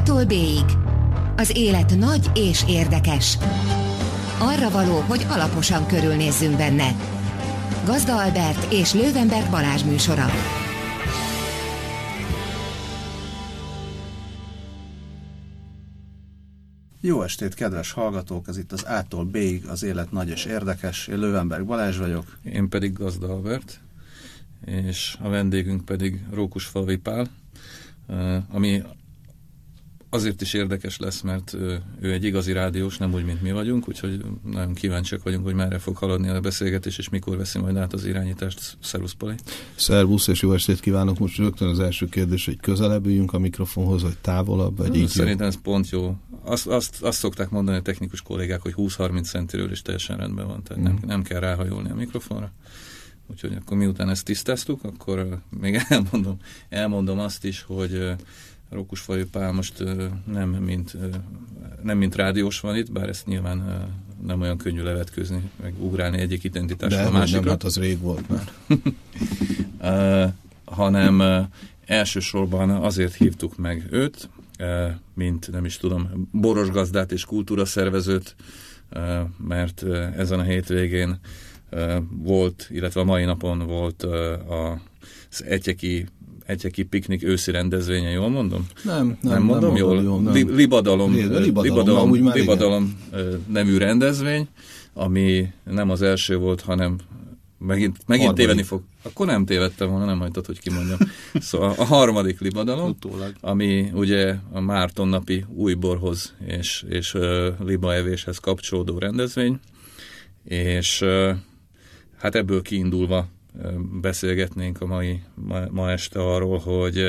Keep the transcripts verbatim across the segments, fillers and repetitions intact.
A-tól B-ig. Az élet nagy és érdekes. Arra való, hogy alaposan körülnézzünk benne. Gazda Albert és Löwenberg Balázs műsora. Jó estét, kedves hallgatók! Ez itt az A-tól B-ig, az élet nagy és érdekes. Én Löwenberg Balázs vagyok. Én pedig Gazda Albert, és a vendégünk pedig Rókusfalvi Pál, ami azért is érdekes lesz, mert ő egy igazi rádiós, nem úgy, mint mi vagyunk, úgyhogy nagyon kíváncsiak vagyunk, hogy merre fog haladni a beszélgetés, és mikor veszi majd át az irányítást. Szervusz, Pali! Szervusz, és jó estét kívánok! Most rögtön az első kérdés, hogy közelebb üljünk a mikrofonhoz, vagy távolabb, vagy így. Szerintem ez pont jó. Azt, azt, azt szokták mondani a technikus kollégák, hogy húsz-harminc centiről is teljesen rendben van, tehát mm. nem, nem kell ráhajolni a mikrofonra. Úgyhogy akkor miután ezt tisztáztuk, akkor még elmondom, elmondom azt is, hogy Rókusfalvi Pál most nem mint, nem mint rádiós van itt, bár ezt nyilván nem olyan könnyű levetkőzni, meg ugrálni egyik identitásra a másikra. De hát az rég volt már. uh, hanem uh, elsősorban azért hívtuk meg őt, uh, mint nem is tudom, borosgazdát és kultúraszervezőt, uh, mert uh, ezen a hétvégén uh, volt, illetve a mai napon volt uh, az Etyeki Etyeki piknik őszi rendezvénye, jól mondom? Nem, nem, nem mondom, nem jól. Jól nem. Libadalom, libadalom, libadalom, libadalom, libadalom nevű rendezvény, ami nem az első volt, hanem megint, megint tévedni fog. Akkor nem tévedtem volna, nem hagytad, hogy kimondjam. Szóval a harmadik libadalom, utólag, ami ugye a Márton napi újborhoz és, és uh, libaevéshez kapcsolódó rendezvény, és uh, hát ebből kiindulva beszélgetnénk a mai, ma, ma este arról, hogy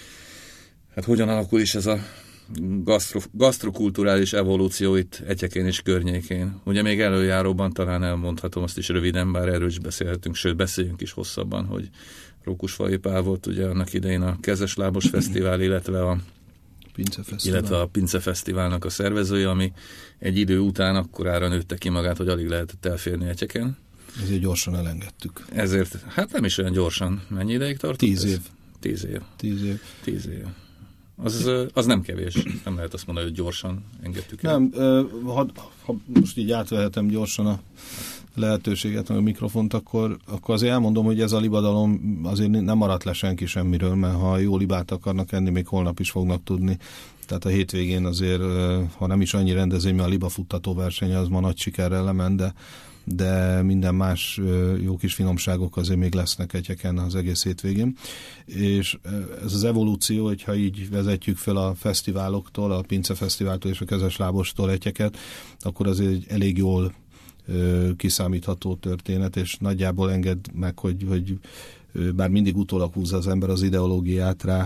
hát hogyan alakul is ez a gasztro, gasztrokulturális evolúció itt Etyekén és környékén. Ugye még előjáróban talán elmondhatom azt is röviden, bár erről is beszélhetünk, sőt beszéljünk is hosszabban, hogy Rókusfalvi Pál volt ugye annak idején a Kezeslábos Fesztivál, illetve a Pincefesztivál. illetve a Pincefesztiválnak a szervezője, ami egy idő után akkorára nőtte ki magát, hogy alig lehetett elférni Etyeken. Ezért gyorsan elengedtük. Ezért, hát nem is olyan gyorsan. Mennyi ideig tartott? Tíz év. Tíz év. Tíz év. Tíz év. Az, az nem kevés. Nem lehet azt mondani, hogy gyorsan engedtük el. Nem, ha, ha most így átvehetem gyorsan a lehetőséget, a mikrofont, akkor, akkor azért elmondom, hogy ez a libadalom azért nem maradt le senki semmiről, mert ha jó libát akarnak enni, még holnap is fognak tudni. Tehát a hétvégén azért, ha nem is annyi rendezvény, mert a libafuttató verseny az ma nagy sikerrel lement, de de minden más jó kis finomságok azért még lesznek Etyeken az egész hétvégén. És ez az evolúció, hogyha így vezetjük fel a fesztiváloktól, a Pincefesztiváltól és a Kezeslábostól Etyeket, akkor azért egy elég jól kiszámítható történet, és nagyjából enged meg, hogy, hogy bár mindig utólag húzza az ember az ideológiát rá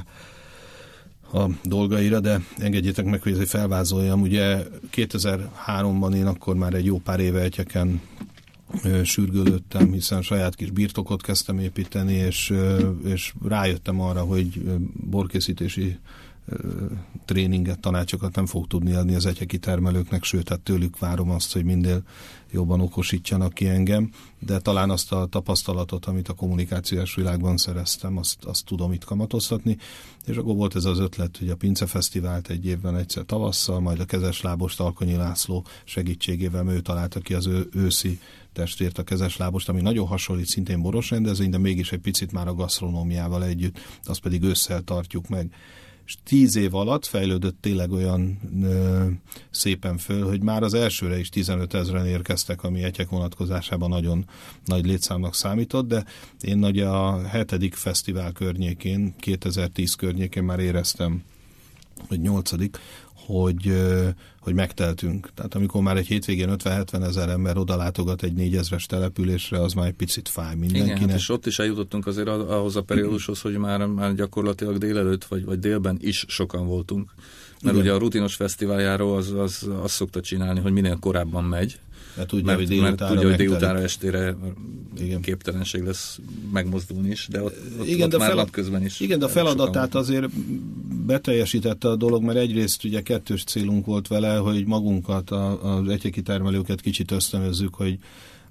a dolgaira, de engedjétek meg, hogy ezért felvázoljam. Ugye kétezer-háromban én akkor már egy jó pár éve Etyeken sürgölődtem, hiszen saját kis birtokot kezdtem építeni, és, és rájöttem arra, hogy borkészítési tréninget, tanácsokat nem fog tudni adni az etyeki termelőknek, sőt, hát tőlük várom azt, hogy minél jobban okosítsanak ki engem, de talán azt a tapasztalatot, amit a kommunikációs világban szereztem, azt, azt tudom itt kamatoztatni, és akkor volt ez az ötlet, hogy a Pincefesztivált egy évben egyszer tavasszal, majd a Kezeslábost Alkonyi László segítségével ő találta ki az ő, őszi testvért, a Kezeslábost, ami nagyon hasonlít szintén boros rendezvény, de mégis egy picit már a gasztronómiával együtt, azt pedig ősszel tartjuk meg. És tíz év alatt fejlődött tényleg olyan ö, szépen föl, hogy már az elsőre is tizenötezren érkeztek, ami Etyek vonatkozásában nagyon nagy létszámnak számított, de én nagy a hetedik fesztivál környékén, kétezer-tíz környékén már éreztem, hogy nyolcadik, hogy, ö, hogy megteltünk. Tehát amikor már egy hétvégén ötven-hetven ezer ember odalátogat egy négyezres településre, az már egy picit fáj mindenkinek. Igen, hát és ott is eljutottunk azért ahhoz a periódushoz, hogy már, már gyakorlatilag délelőtt vagy, vagy délben is sokan voltunk. Mert igen, ugye a rutinos fesztiváljáró az, az azt szokta csinálni, hogy minél korábban megy. Mert tudja, mert, hogy délutára, mert tudja, hogy délutára estére igen, képtelenség lesz megmozdulni is, de ott, ott, igen, ott de már felad... napközben is. Igen, de a feladatát azért beteljesítette a dolog, mert egyrészt ugye kettős célunk volt vele, hogy magunkat, az etyeki termelőket kicsit ösztönözzük, hogy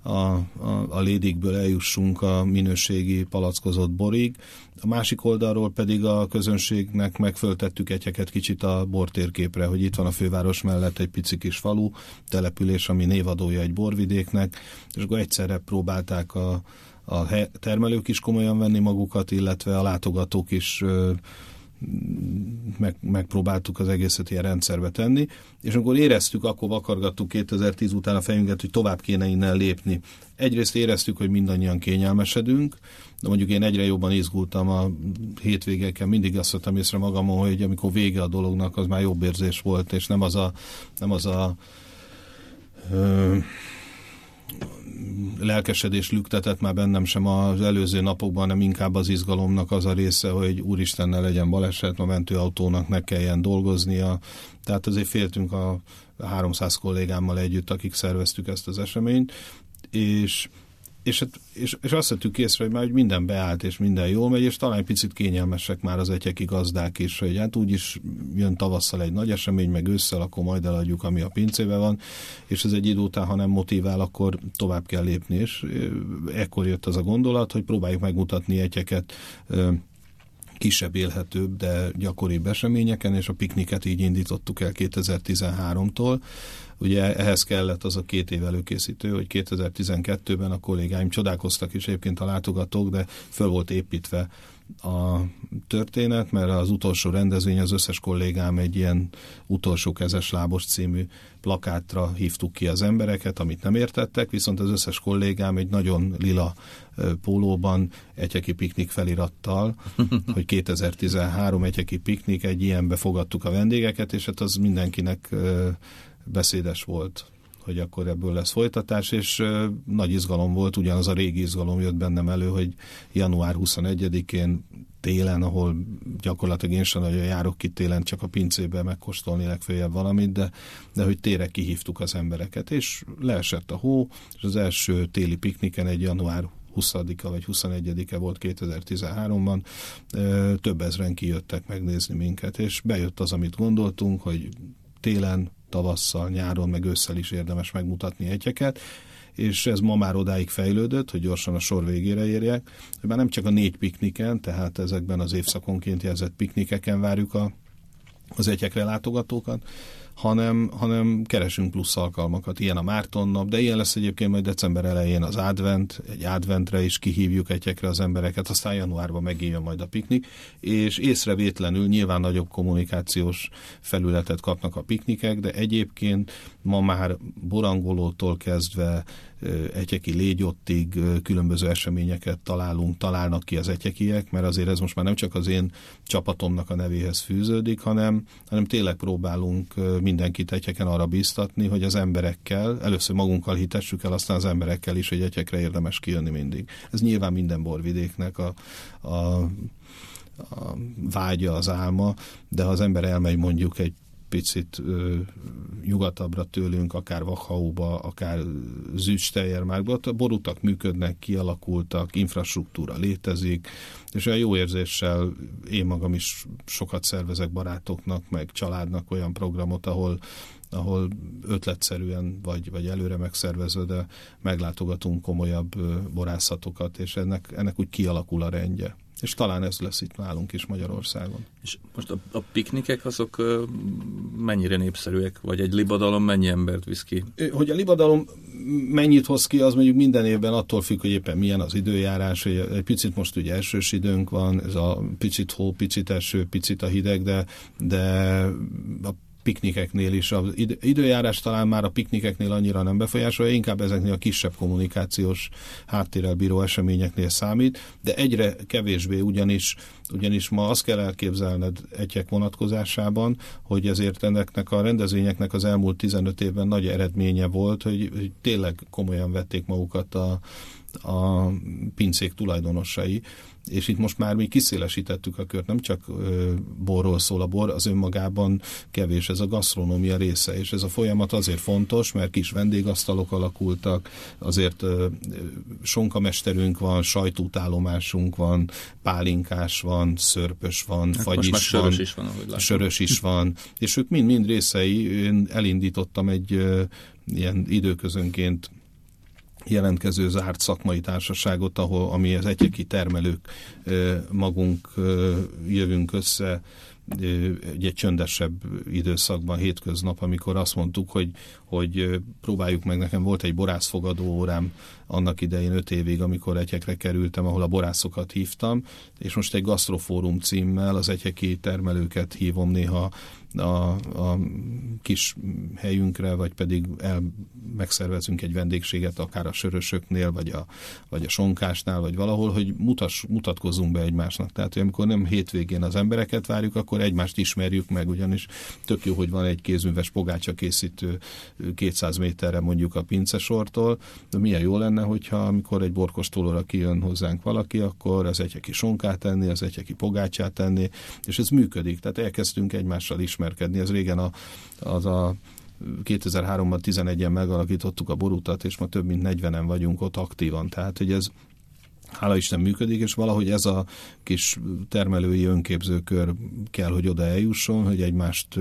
a, a, a lédikből eljussunk a minőségi palackozott borig. A másik oldalról pedig a közönségnek megföltettük egyeket kicsit a bortérképre, hogy itt van a főváros mellett egy pici kis falu, település, ami névadója egy borvidéknek, és akkor egyszerre próbálták a, a termelők is komolyan venni magukat, illetve a látogatók is ö, meg, megpróbáltuk az egészet ilyen rendszerbe tenni, és amikor éreztük, akkor vakargattuk kétezer-tíz után a fejünket, hogy tovább kéne innen lépni. Egyrészt éreztük, hogy mindannyian kényelmesedünk, de mondjuk én egyre jobban izgultam a hétvégeken, mindig azt vettem észre magamon, hogy amikor vége a dolognak, az már jobb érzés volt, és nem az a, nem az a ö, lelkesedés lüktetett már bennem sem az előző napokban, hanem inkább az izgalomnak az a része, hogy úristennel legyen baleset, a mentőautónak ne kelljen dolgoznia. Tehát azért féltünk a háromszáz kollégámmal együtt, akik szerveztük ezt az eseményt, és És, és, és azt vettük észre, hogy már hogy minden beállt, és minden jól megy, és talán egy picit kényelmesek már az egyeki gazdák is, hogy hát úgyis jön tavasszal egy nagy esemény, meg ősszel, akkor majd eladjuk, ami a pincébe van, és ez egy idő után, ha nem motivál, akkor tovább kell lépni, és ekkor jött az a gondolat, hogy próbáljuk megmutatni egyeket kisebb, élhetőbb, de gyakoribb eseményeken, és a pikniket így indítottuk el kétezer-tizenháromtól. Ugye ehhez kellett az a két év előkészítő, hogy kétezer-tizenkettőben a kollégáim csodálkoztak is egyébként a látogatók, de föl volt építve a történet, mert az utolsó rendezvény, az összes kollégám egy ilyen utolsó kezes lábos című plakátra hívtuk ki az embereket, amit nem értettek, viszont az összes kollégám egy nagyon lila pólóban egyeki piknik felirattal, hogy kétezer-tizenhárom egyeki piknik, egy ilyenbe fogadtuk a vendégeket, és hát az mindenkinek beszédes volt, hogy akkor ebből lesz folytatás, és uh, nagy izgalom volt, ugyanaz a régi izgalom jött bennem elő, hogy január huszonegyedikén télen, ahol gyakorlatilag én sem nagyon járok ki télen, csak a pincébe megkóstolni legfeljebb valamit, de, de hogy tére kihívtuk az embereket, és leesett a hó, és az első téli pikniken egy január huszadika vagy huszonegyedike volt kétezer-tizenháromban, több ezren kijöttek megnézni minket, és bejött az, amit gondoltunk, hogy télen, tavasszal, nyáron, meg ősszel is érdemes megmutatni egyeket, és ez ma már odáig fejlődött, hogy gyorsan a sor végére érjek, hogy már nem csak a négy pikniken, tehát ezekben az évszakonként jelzett piknikeken várjuk a, az egyekre látogatókat, hanem, hanem keresünk plusz alkalmakat. Ilyen a Márton nap, de ilyen lesz egyébként majd december elején az advent, egy adventre is kihívjuk egyekre az embereket, aztán januárban megint majd a piknik, és észrevétlenül nyilván nagyobb kommunikációs felületet kapnak a piknikek, de egyébként ma már borangolótól kezdve egyeki légyottig különböző eseményeket találunk, találnak ki az egyekiek, mert azért ez most már nem csak az én csapatomnak a nevéhez fűződik, hanem, hanem tényleg próbálunk mindenkit egyeken arra bíztatni, hogy az emberekkel, először magunkkal hitessük el, aztán az emberekkel is, hogy egyekre érdemes kijönni mindig. Ez nyilván minden borvidéknek a, a, a vágya, az álma, de ha az ember elmegy mondjuk egy picit ö, nyugatabbra tőlünk, akár Wachauba, akár Südsteiermarkba, a borutak működnek, kialakultak, infrastruktúra létezik, és olyan jó érzéssel én magam is sokat szervezek barátoknak, meg családnak olyan programot, ahol ahol ötletszerűen vagy, vagy előre megszervezve, de meglátogatunk komolyabb borászatokat, és ennek, ennek úgy kialakul a rendje. És talán ez lesz itt nálunk is Magyarországon. És most a, a piknikek azok mennyire népszerűek? Vagy egy libadalom mennyi embert visz ki? Hogy a libadalom mennyit hoz ki, az mondjuk minden évben attól függ, hogy éppen milyen az időjárás, hogy egy picit most ugye esős időnk van, ez a picit hó, picit eső, picit a hideg, de, de a piknikeknél is. Az időjárás talán már a piknikeknél annyira nem befolyásolja, inkább ezeknél a kisebb kommunikációs háttérrel bíró eseményeknél számít, de egyre kevésbé, ugyanis, ugyanis ma azt kell elképzelned egyek vonatkozásában, hogy ezért ennek a rendezvényeknek az elmúlt tizenöt évben nagy eredménye volt, hogy, hogy tényleg komolyan vették magukat a, a pincék tulajdonosai, és itt most már mi kiszélesítettük a kört, nem csak ö, borról szól a bor, az önmagában kevés, ez a gasztronómia része, és ez a folyamat azért fontos, mert kis vendégasztalok alakultak, azért ö, sonkamesterünk van, sajtútállomásunk van, pálinkás van, szörpös van, hát fagyis most van, sörös is van, ahogy látom. Sörös is van, és ők mind-mind részei. Én elindítottam egy ö, ilyen időközönként jelentkező zárt szakmai társaságot, ahol, ami az egyeki termelők magunk jövünk össze egy csöndesebb időszakban, hétköznap, amikor azt mondtuk, hogy, hogy próbáljuk meg, nekem volt egy borászfogadó órám annak idején öt évig, amikor Egyekre kerültem, ahol a borászokat hívtam, és most egy gasztrofórum címmel az egyeki termelőket hívom néha a, a kis helyünkre, vagy pedig el, megszervezünk egy vendégséget, akár a sörösöknél, vagy a, vagy a sonkásnál, vagy valahol, hogy mutass, mutatkozzunk be egymásnak. Tehát, hogy amikor nem hétvégén az embereket várjuk, akkor egymást ismerjük meg, ugyanis tök jó, hogy van egy kézműves pogácsa készítő kétszáz méterre mondjuk a pincesortól, de milyen jó lenne, hogyha amikor egy borkóstolóra kijön hozzánk valaki, akkor az egyeki sonkát tenni, az egyeki pogácsát tenni, és ez működik. Tehát elkezdtünk egymással ismerkedni. Ez régen a, az a kétezer-háromban tizenegyen megalakítottuk a borutat, és ma több mint negyvenen vagyunk ott aktívan. Tehát, hogy ez hála Isten működik, és valahogy ez a kis termelői önképzőkör kell, hogy oda eljusson, hogy egymást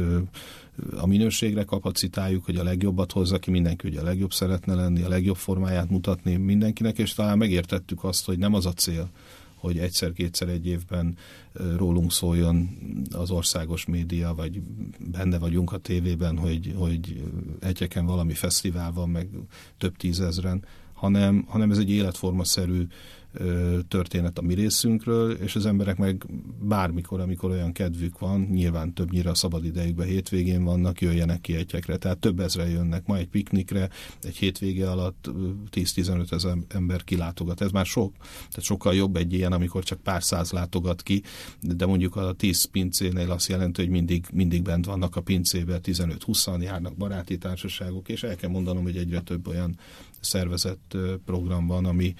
a minőségre kapacitáljuk, hogy a legjobbat hozza ki, mindenki ugye a legjobb szeretne lenni, a legjobb formáját mutatni mindenkinek, és talán megértettük azt, hogy nem az a cél, hogy egyszer-kétszer egy évben rólunk szóljon az országos média, vagy benne vagyunk a tévében, hogy, hogy Egyeken valami fesztivál van, meg több tízezren, hanem, hanem ez egy életformaszerű történet a mi részünkről, és az emberek meg bármikor, amikor olyan kedvük van, nyilván többnyire a szabad idejükben hétvégén vannak, jöjjenek ki Egyekre. Tehát több ezre jönnek. Ma egy piknikre, egy hétvége alatt tíz-tizenöt ezer ember kilátogat. Ez már sok. Tehát sokkal jobb egy ilyen, amikor csak pár száz látogat ki, de mondjuk a tíz pincénél azt jelenti, hogy mindig, mindig bent vannak a pincébe, tizenöt-húszan járnak baráti társaságok, és el kell mondanom, hogy egyre több olyan szervezett program van, ami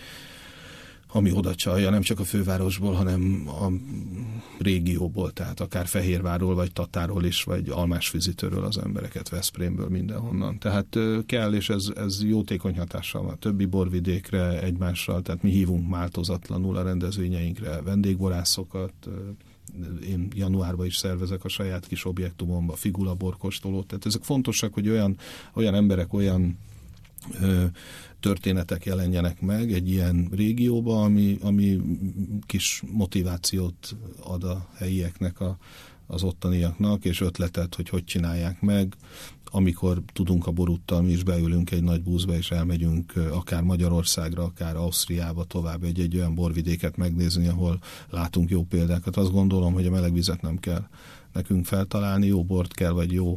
ami oda csalja, nem csak a fővárosból, hanem a régióból, tehát akár Fehérvárról, vagy Tatáról is, vagy Almásfüzitőről az embereket, Veszprémből, mindenhonnan. Tehát kell, és ez, ez jótékony hatással van. Többi borvidékre egymással, tehát mi hívunk változatlanul a rendezvényeinkre vendégborászokat. Én januárban is szervezek a saját kis objektumomba figula borkóstolót. Tehát ezek fontosak, hogy olyan, olyan emberek, olyan ö, történetek jelenjenek meg egy ilyen régióba, ami, ami kis motivációt ad a helyieknek, a, az ottaniaknak, és ötletet, hogy hogy csinálják meg. Amikor tudunk a borúttal, mi is beülünk egy nagy buszba, és elmegyünk akár Magyarországra, akár Ausztriába tovább egy-egy olyan borvidéket megnézni, ahol látunk jó példákat. Azt gondolom, hogy a meleg vizet nem kell nekünk feltalálni, jó bort kell, vagy jó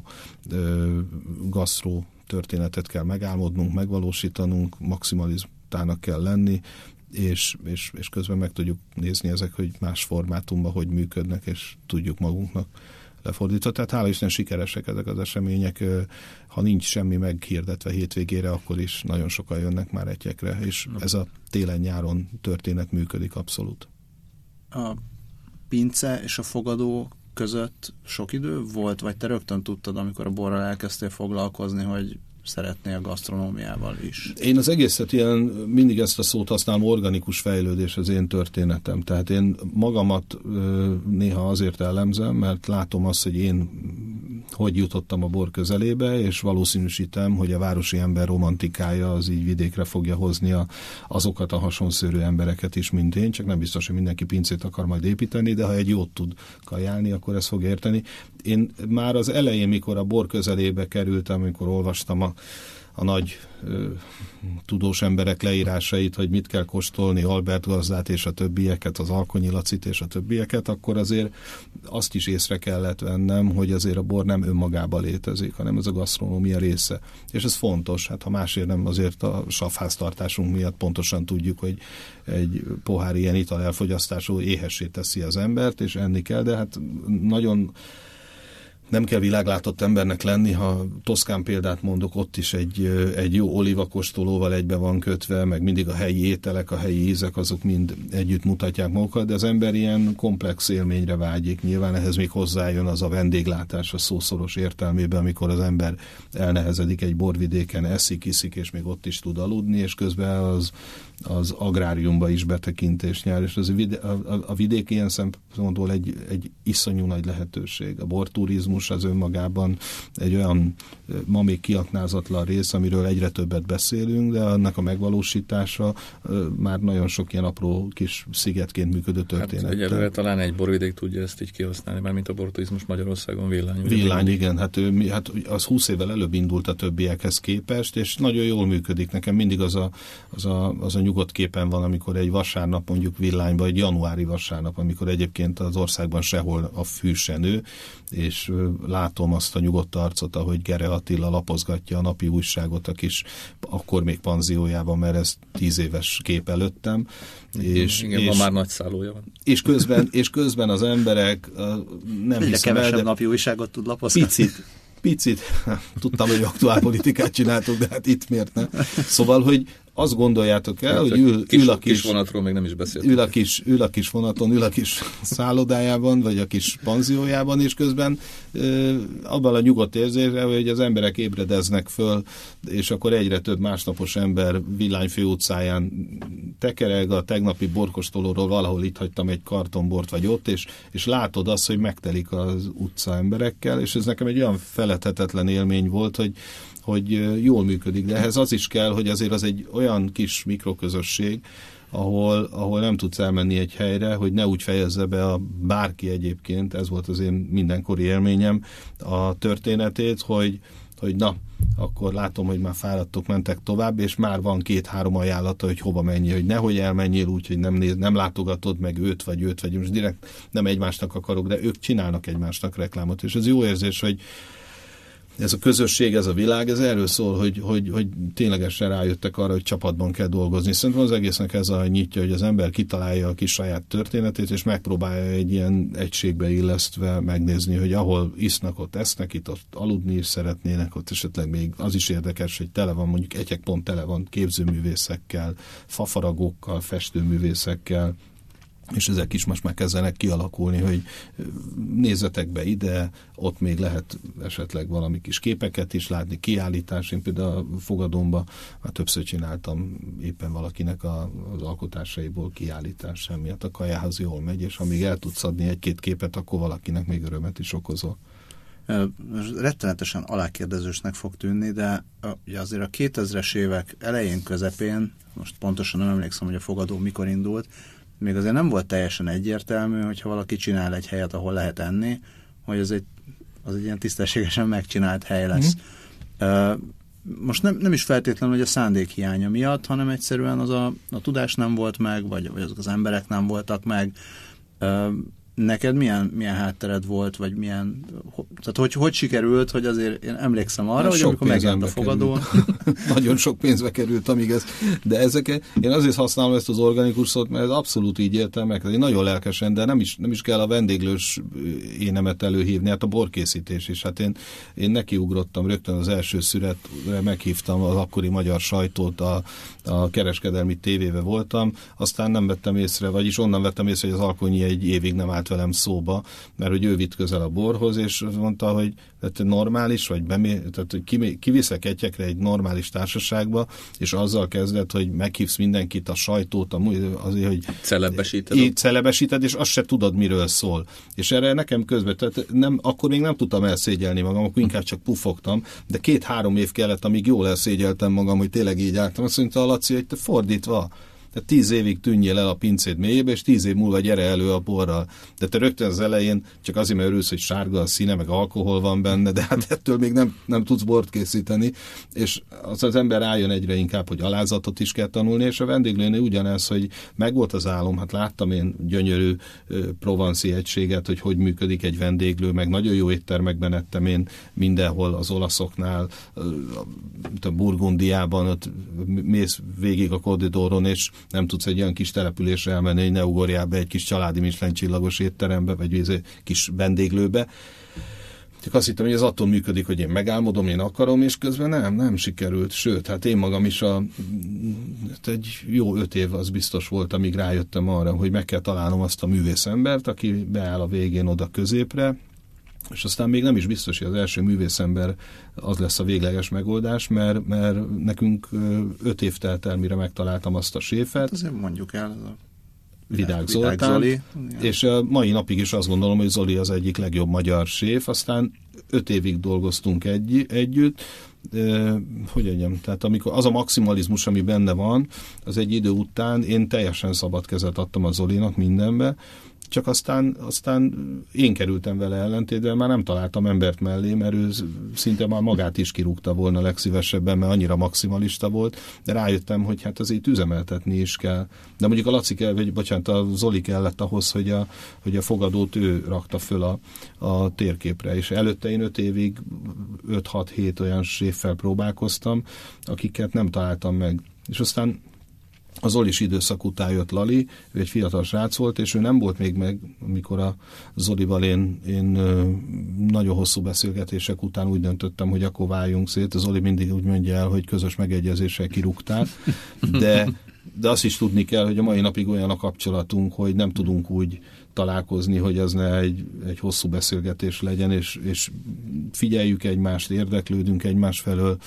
ö, gasztró történetet kell megálmodnunk, megvalósítanunk, maximalistának kell lenni, és, és, és közben meg tudjuk nézni ezek, hogy más formátumban hogy működnek, és tudjuk magunknak lefordítani. Tehát hála Isten sikeresek ezek az események. Ha nincs semmi meghirdetve hétvégére, akkor is nagyon sokan jönnek már Egyekre, és ez a télen-nyáron történet működik abszolút. A pince és a fogadó között sok idő volt, vagy te rögtön tudtad, amikor a borral elkezdtél foglalkozni, hogy szeretnél gasztronómiával is? Én az egészet ilyen, mindig ezt a szót használom, organikus fejlődés az én történetem. Tehát én magamat néha azért elemzem, mert látom azt, hogy én hogy jutottam a bor közelébe, és valószínűsítem, hogy a városi ember romantikája az így vidékre fogja hozni a, azokat a hasonszörű embereket is, mint én, csak nem biztos, hogy mindenki pincét akar majd építeni, de ha egy jót tud kajálni, akkor ezt fog érteni. Én már az elején, mikor a bor közelébe kerültem, amikor olvastam a a nagy ö, tudós emberek leírásait, hogy mit kell kóstolni, Albert Gazdát és a többieket, az Alkonyi Lacit és a többieket, akkor azért azt is észre kellett vennem, hogy azért a bor nem önmagában létezik, hanem ez a gasztronómia része. És ez fontos, hát ha másért nem, azért a savháztartásunk miatt pontosan tudjuk, hogy egy pohár ilyen ital elfogyasztású éhessé teszi az embert, és enni kell, de hát nagyon nem kell világlátott embernek lenni, ha Toszkán példát mondok, ott is egy, egy jó olívakóstolóval egybe van kötve, meg mindig a helyi ételek, a helyi ízek, azok mind együtt mutatják magukat, de az ember ilyen komplex élményre vágyik. Nyilván ehhez még hozzájön az a vendéglátás a szószoros értelmében, amikor az ember elnehezedik egy borvidéken, eszik, iszik, és még ott is tud aludni, és közben az az agráriumba is betekintést nyer, és az a, a, a vidék ilyen szempontból egy, egy iszonyú nagy lehetőség. A borturizmus az önmagában egy olyan ma még kiaknázatlan rész, amiről egyre többet beszélünk, de annak a megvalósítása már nagyon sok ilyen apró kis szigetként működő történet. Hát egyelőre talán egy borvidék tudja ezt így kihasználni, mert mint a borturizmus Magyarországon Villány. Villány, igen, hát, ő, hát az húsz évvel előbb indult a többiekhez képest, és nagyon jól működik. Nekem mindig az a, az a, az a nyugodt képen van, amikor egy vasárnap mondjuk Villányban, egy januári vasárnap, amikor egyébként az országban sehol a fű se nő, és látom azt a nyugodt arcot, ahogy Gere Attila lapozgatja a napi újságot a kis, akkor még panziójában, mert ez tíz éves kép előttem. És, igen, és, ma már nagy szállója van. És közben, és közben az emberek nem Egyre hiszem kevesebb el, de napi újságot tud lapozgatni. Picit, picit, tudtam, hogy aktuálpolitikát csináltok, de hát itt miért ne? Szóval, hogy azt gondoljátok el, hogy ül, kis, ül a kis, kis vonatról még nem is beszéltünk. Ül a, kis, ül a kis vonaton, ül a kis szállodájában, vagy a kis panziójában, és közben ö, abban a nyugodt érzésre, hogy az emberek ébredeznek föl, és akkor egyre több másnapos ember Villány főutcáján tekereg, a tegnapi borkostolóról valahol itt hagytam egy kartonbort, vagy ott, és, és látod azt, hogy megtelik az utca emberekkel, és ez nekem egy olyan feledhetetlen élmény volt, hogy hogy jól működik, de ehhez az is kell, hogy azért az egy olyan kis mikroközösség, ahol, ahol nem tudsz elmenni egy helyre, hogy ne úgy fejezze be a bárki egyébként, ez volt az én mindenkori élményem, a történetét, hogy, hogy na, akkor látom, hogy már fáradtok, mentek tovább, és már van két-három ajánlata, hogy hova menjél, hogy nehogy elmenjél úgy, hogy nem, néz, nem látogatod meg őt, vagy őt, vagy most direkt nem egymásnak akarok, de ők csinálnak egymásnak reklámot, és ez jó érzés, hogy ez a közösség, ez a világ, ez erről szól, hogy, hogy, hogy ténylegesen rájöttek arra, hogy csapatban kell dolgozni. Szerintem az egésznek ez a nyitja, hogy az ember kitalálja a kis saját történetét, és megpróbálja egy ilyen egységbe illesztve megnézni, hogy ahol isznak, ott esznek, itt ott aludni is szeretnének, ott esetleg még az is érdekes, hogy tele van, mondjuk egyek pont tele van képzőművészekkel, fafaragókkal, festőművészekkel, és ezek is most már kezdenek kialakulni, hogy nézzetek be ide, ott még lehet esetleg valami kis képeket is látni, kiállítás. Én például a fogadómba már többször csináltam éppen valakinek a, az alkotásaiból kiállítás, miatt a kajához jól megy, és amíg el tudsz adni egy-két képet, akkor valakinek még örömet is okozol. Rettenetesen alákérdezősnek fog tűnni, de ugye azért a kétezres évek elején, közepén, most pontosan nem emlékszem, hogy a fogadó mikor indult, még azért nem volt teljesen egyértelmű, hogyha valaki csinál egy helyet, ahol lehet enni, hogy az egy, az egy ilyen tisztességesen megcsinált hely lesz. Mm. Most nem, nem is feltétlenül, hogy a szándék hiánya miatt, hanem egyszerűen az a, a tudás nem volt meg, vagy, vagy azok az emberek nem voltak meg. Neked milyen, milyen háttered volt, vagy milyen, tehát hogy, hogy sikerült, hogy azért én emlékszem arra, hát hogy amikor megjelent a fogadó. Nagyon sok pénzbe került, amíg ez, de ezeket, én azért használom ezt az organikus szót, mert ez abszolút így értem meg, én nagyon lelkesen, de nem is, nem is kell a vendéglős énemet előhívni, hát a borkészítés is, hát én, én nekiugrottam rögtön az első szüretre, meghívtam az akkori magyar sajtót, a, a kereskedelmi tévébe voltam, aztán nem vettem észre, vagyis onnan vettem észre, hogy az Alkonyi egy évig nem állt velem szóba, mert hogy ő vitt közel a borhoz, és mondta, hogy tehát normális, vagy bemé, tehát, hogy kiviszek egyekre egy normális társaságba, és azzal kezdett, hogy meghívsz mindenkit, a sajtót, a, azért, hogy celebesíted. Így celebesíted, és azt se tudod, miről szól. És erre nekem közben, tehát nem, akkor még nem tudtam elszégyelni magam, akkor inkább csak pufogtam, de két-három év kellett, amíg jól elszégyeltem magam, hogy tényleg így álltam. Azt mondta a Laci, hogy te fordítva, tehát tíz évig tűnjél el a pincéd mélyébe, és tíz év múlva gyere elő a borral. De te rögtön az elején csak azért, mert örülsz, hogy sárga a színe, meg alkohol van benne, de hát ettől még nem, nem tudsz bort készíteni, és az az ember rájön egyre inkább, hogy alázatot is kell tanulni, és a vendéglőnél ugyanez, hogy megvolt az álom, hát láttam én gyönyörű provanszi egységet, hogy hogy működik egy vendéglő, meg nagyon jó éttermekben ettem én mindenhol, az olaszoknál, a Burgundiában, ott mész végig a korridoron, és nem tudsz egy olyan kis településre elmenni, hogy ne ugorjál be egy kis családi Michelin csillagos étterembe, vagy egy kis vendéglőbe. Csak azt hittem, hogy ez attól működik, hogy én megálmodom, én akarom, és közben nem, nem sikerült. Sőt, hát én magam is a, egy jó öt év az biztos volt, amíg rájöttem arra, hogy meg kell találnom azt a művészembert, aki beáll a végén oda középre, És aztán még nem is biztos, hogy az első művészember az lesz a végleges megoldás, mert, mert nekünk öt év telt el, mire megtaláltam azt a séfet. Azért mondjuk el, ez a Vidák Zoltán, Zoli. És a mai napig is azt gondolom, hogy Zoli az egyik legjobb magyar séf, aztán öt évig dolgoztunk egy, együtt, de, hogy mondjam, tehát amikor az a maximalizmus, ami benne van, az egy idő után én teljesen szabad kezet adtam a Zolinak mindenbe, csak aztán, aztán én kerültem vele ellentétben, már nem találtam embert mellé, mert ő szinte már magát is kirúgta volna legszívesebben, mert annyira maximalista volt, de rájöttem, hogy hát azért üzemeltetni is kell. De mondjuk a Laci kell, vagy bocsánat, a Zoli kellett ahhoz, hogy a, hogy a fogadót ő rakta föl a, a térképre, és előtte én öt évig öt-hat-hét olyan séffel próbálkoztam, akiket nem találtam meg. És aztán az Zolis időszak után jött Lali, ő egy fiatal srác volt, és ő nem volt még meg, amikor a Zolival én, én nagyon hosszú beszélgetések után úgy döntöttem, hogy akkor váljunk szét. A Zoli mindig úgy mondja el, hogy közös megegyezéssel kirúgták, de, de azt is tudni kell, hogy a mai napig olyan a kapcsolatunk, hogy nem tudunk úgy találkozni, hogy az ne egy, egy hosszú beszélgetés legyen, és, és figyeljük egymást, érdeklődünk egymás felől.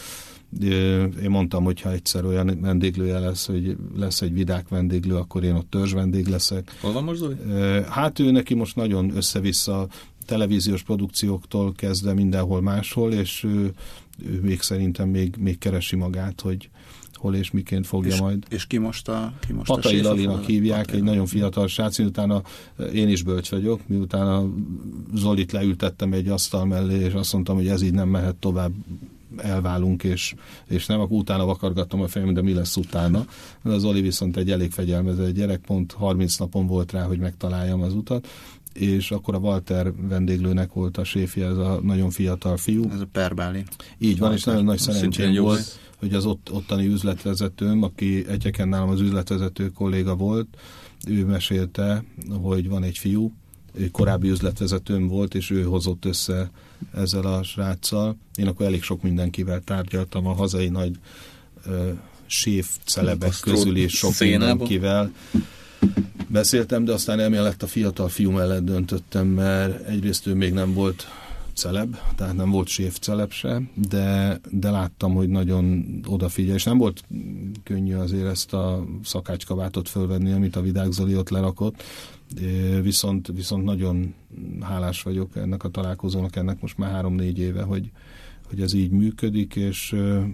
Én mondtam, hogy ha egyszer olyan vendéglője lesz, hogy lesz egy vidák vendéglő, akkor én ott törzs vendég leszek. Hol van most Zoli? Hát ő neki most nagyon össze-vissza televíziós produkcióktól kezdve mindenhol máshol, és ő, ő még szerintem még, még keresi magát, hogy hol és miként fogja és, majd. És ki most a ki most Patai a Lalinak hívják, Patai egy nagyon fiatal srác, miután a, én is bölcs vagyok, miután a Zolit leültettem egy asztal mellé, és azt mondtam, hogy ez így nem mehet tovább, elválunk, és, és nem, akkor utána vakargattam a fejem, de mi lesz utána. Az Zoli viszont egy elég fegyelmezett gyerek, pont harminc napon volt rá, hogy megtaláljam az utat, és akkor a Walter vendéglőnek volt a séfje, ez a nagyon fiatal fiú. Ez a Perbáli. Így van, és nagyon nagy szerencsém volt, hogy az ott, ottani üzletvezetőm, aki egyeken nálam az üzletvezető kolléga volt, ő mesélte, hogy van egy fiú, ő korábbi üzletvezetőm volt, és ő hozott össze ezzel a sráccal. Én akkor elég sok mindenkivel tárgyaltam, a hazai nagy ö, séf celebek közül is sok szénában. Mindenkivel beszéltem, de aztán emellett a fiatal fiú mellett döntöttem, mert egyrészt ő még nem volt celeb, tehát nem volt séf celeb se, de, de láttam, hogy nagyon odafigyel, és nem volt könnyű azért ezt a szakácskabátot fölvenni, amit a Vidák Zoli ott lerakott, viszont, viszont nagyon hálás vagyok ennek a találkozónak, ennek most már három-négy éve, hogy, hogy ez így működik, és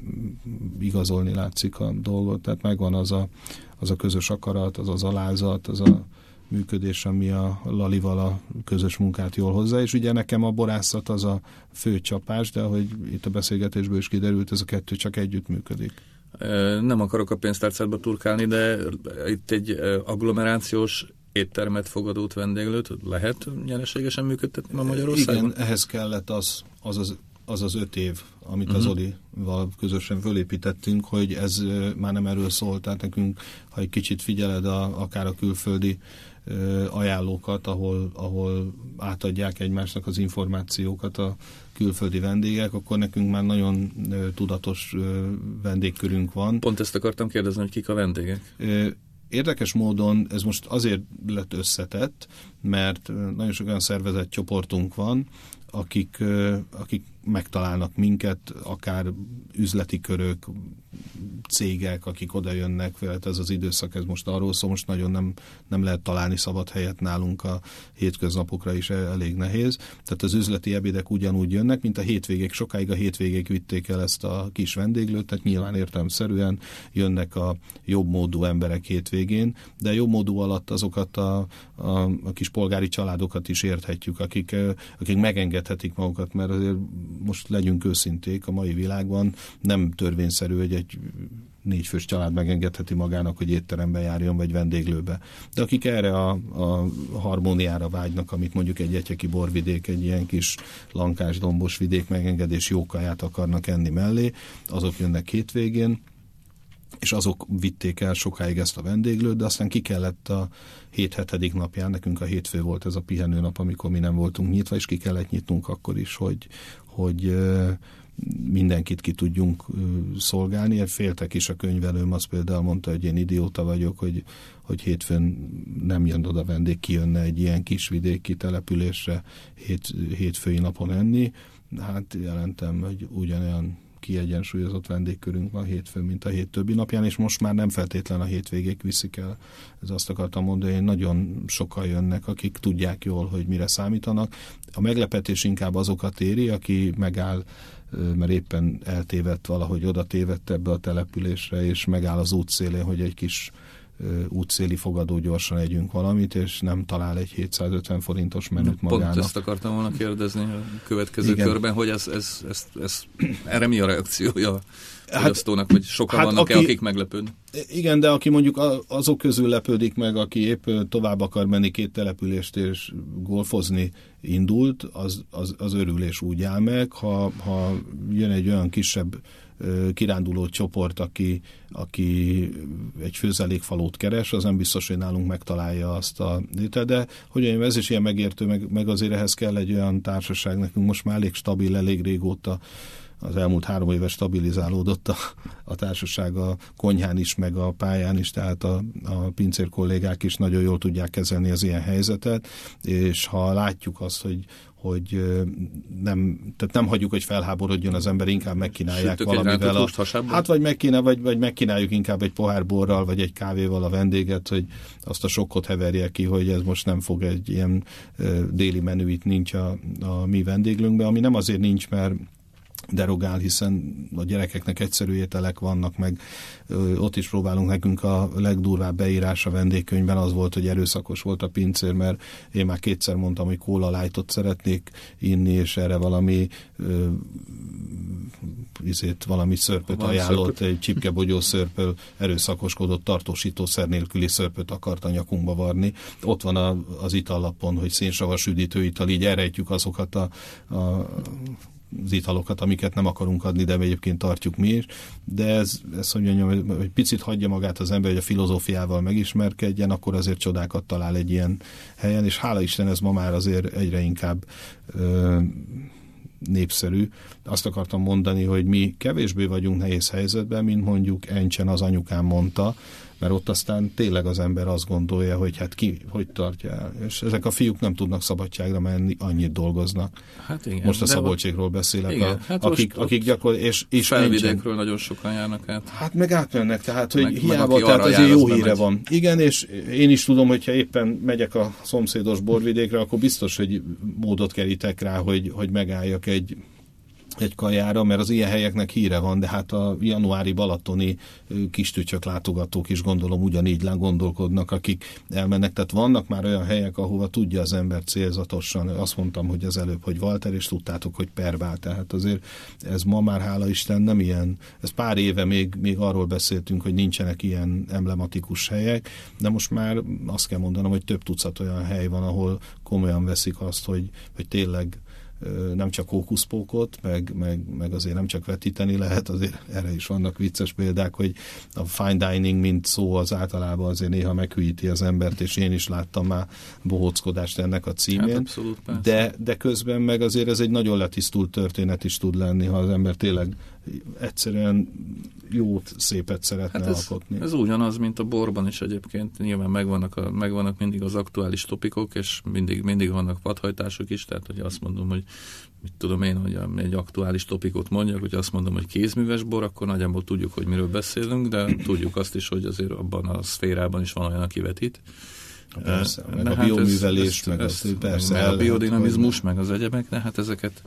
igazolni látszik a dolgot, tehát megvan az a, az a közös akarat, az az alázat, az a működés, ami a Lalival a közös munkát jól hozzá, és ugye nekem a borászat az a fő csapás, de ahogy itt a beszélgetésből is kiderült, ez a kettő csak együtt működik. Nem akarok a pénztárcádba turkálni, de itt egy agglomerációs éttermet, fogadót, vendéglőt lehet nyereségesen működtetni ma Magyarországon? Igen, ehhez kellett az az, az, az, az öt év, amit uh-huh. az Olival közösen fölépítettünk, hogy ez már nem erről szól, tehát nekünk, ha egy kicsit figyeled a, akár a külföldi ajánlókat, ahol, ahol átadják egymásnak az információkat a külföldi vendégek, akkor nekünk már nagyon tudatos vendégkörünk van. Pont ezt akartam kérdezni, hogy kik a vendégek? Érdekes módon ez most azért lett összetett, mert nagyon sok olyan szervezett csoportunk van, akik, akik megtalálnak minket, akár üzleti körök, cégek, akik oda jönnek, ez az időszak, ez most arról szól, most nagyon nem, nem lehet találni szabad helyet nálunk, a hétköznapokra is elég nehéz. Tehát az üzleti ebédek ugyanúgy jönnek, mint a hétvégék, sokáig a hétvégék vitték el ezt a kis vendéglőt, tehát nyilván értelemszerűen jönnek a jobbmódú emberek hétvégén, de jobbmódú alatt azokat a, a, a kis polgári családokat is érthetjük, akik, akik megengedhetik magukat, mert azért most legyünk őszinték, a mai világban nem törvényszerű, hogy egy négyfős család megengedheti magának, hogy étterembe járjon, vagy vendéglőbe. De akik erre a, a harmóniára vágynak, amit mondjuk egy egyeki borvidék, egy ilyen kis lankás, dombos vidék megengedés jó kaját akarnak enni mellé, azok jönnek hétvégén, és azok vitték el sokáig ezt a vendéglőt, de aztán ki kellett a hét-hetedik napján, nekünk a hétfő volt ez a pihenőnap, amikor mi nem voltunk nyitva, és ki kellett nyitnunk akkor is, hogy, hogy mindenkit ki tudjunk szolgálni. Féltek is a könyvelőm, az például mondta, hogy én idióta vagyok, hogy, hogy hétfőn nem jön oda vendég, kijönne egy ilyen kisvidéki településre hét, hétfői napon enni. Hát jelentem, hogy ugyanolyan kiegyensúlyozott vendégkörünk van hétfőn, mint a hét többi napján, és most már nem feltétlen a hétvégék viszik el. Ez azt akartam mondani, hogy nagyon sokan jönnek, akik tudják jól, hogy mire számítanak. A meglepetés inkább azokat éri, aki megáll, mert éppen eltévedt valahogy, oda tévedt ebbe a településre, és megáll az útszélén, hogy egy kis útszéli fogadó gyorsan együnk valamit, és nem talál egy hétszázötven forintos menüt magának. Pont ezt akartam volna kérdezni a következő Igen. körben, hogy ez, ez, ez, ez, erre mi a reakciója a fogyasztónak, hogy sokan hát vannak-e, aki, akik meglepődnek? Igen, de aki mondjuk azok közül lepődik meg, aki épp tovább akar menni két települést és golfozni indult, az, az, az örülés úgy áll meg, ha, ha jön egy olyan kisebb kiránduló csoport, aki, aki egy főzelékfalót keres, az nem biztos, hogy nálunk megtalálja azt a létet, de hogy mondjam, ez is ilyen megértő, meg, meg azért ehhez kell egy olyan társaság, nekünk most már elég stabil, elég régóta, az elmúlt három éve stabilizálódott a, a társaság a konyhán is, meg a pályán is, tehát a, a pincér kollégák is nagyon jól tudják kezelni az ilyen helyzetet, és ha látjuk azt, hogy hogy nem, tehát nem hagyjuk, hogy felháborodjon az ember, inkább megkínálják Sütök valamivel. A, hát vagy, megkínál, vagy, vagy megkínáljuk inkább egy pohár borral, vagy egy kávéval a vendéget, hogy azt a sokkot heverje ki, hogy ez most nem fog egy ilyen déli menü, itt nincs a, a mi vendéglőnkben, ami nem azért nincs, mert derogál, hiszen a gyerekeknek egyszerű ételek vannak, meg ö, ott is próbálunk, nekünk a legdurvább beírás a vendégkönyvben az volt, hogy erőszakos volt a pincér, mert én már kétszer mondtam, hogy Cola Lightot szeretnék inni, és erre valami ö, izét, valami szörpöt Van ajánlott, szörpöt. Egy csipkebogyó szörpöl erőszakoskodott, tartósítószer nélküli szörpöt akart a nyakunkba varni. Ott van a, az itallapon, hogy szénsavas üdítőital, így elrejtjük azokat a, a az italokat, amiket nem akarunk adni, de egyébként tartjuk mi is. De ez, ez hogy mondjam, hogy picit hagyja magát az ember, hogy a filozófiával megismerkedjen, akkor azért csodákat talál egy ilyen helyen, és hála Isten ez ma már azért egyre inkább ö, népszerű. Azt akartam mondani, hogy mi kevésbé vagyunk nehéz helyzetben, mint mondjuk Encsen az anyukám mondta, mert ott aztán tényleg az ember azt gondolja, hogy hát ki, hogy tartja el. És ezek a fiúk nem tudnak szabadságra menni, annyit dolgoznak. Hát igen, most a Szabolcsékról beszélek, igen, a, hát akik, akik gyakor, és, és felvidékről Encsen, nagyon sokan járnak át. Hát meg átmennek, tehát hogy meg, hiába, meg tehát azért jó híre megy. Van. Igen, és én is tudom, hogyha éppen megyek a szomszédos borvidékre, akkor biztos, hogy módot kerítek rá, hogy, hogy megálljak egy egy kajára, mert az ilyen helyeknek híre van, de hát a januári balatoni kistücsök látogatók is gondolom ugyanígy gondolkodnak, akik elmennek. Tehát vannak már olyan helyek, ahova tudja az ember célzatosan. Azt mondtam, hogy az előbb, hogy Walter, és tudtátok, hogy Pervál. Tehát azért ez ma már, hála Isten, nem ilyen. Ez pár éve még, még arról beszéltünk, hogy nincsenek ilyen emblematikus helyek, de most már azt kell mondanom, hogy több tucat olyan hely van, ahol komolyan veszik azt, hogy, hogy tényleg nem csak hókuszpókot, meg, meg, meg azért nem csak vetíteni lehet, azért erre is vannak vicces példák, hogy a fine dining, mint szó, az általában azért néha meghűíti az embert, és én is láttam már bohóckodást ennek a címén. Hát abszolút, de, de közben meg azért ez egy nagyon letisztult történet is tud lenni, ha az ember tényleg egyszerűen jót, szépet szeretne hát ez, alkotni. Ez ugyanaz, mint a borban is egyébként. Nyilván megvannak, a, megvannak mindig az aktuális topikok, és mindig, mindig vannak vadhajtások is, tehát hogy azt mondom, hogy mit tudom én, hogy egy aktuális topikot mondjak, hogy azt mondom, hogy kézműves bor, akkor nagyjából tudjuk, hogy miről beszélünk, de tudjuk azt is, hogy azért abban a szférában is van olyan, aki vetít. Persze, meg de a hát bioművelés, ez, meg ez, az, persze. Meg a biodinamizmus, meg az egyebek, de hát ezeket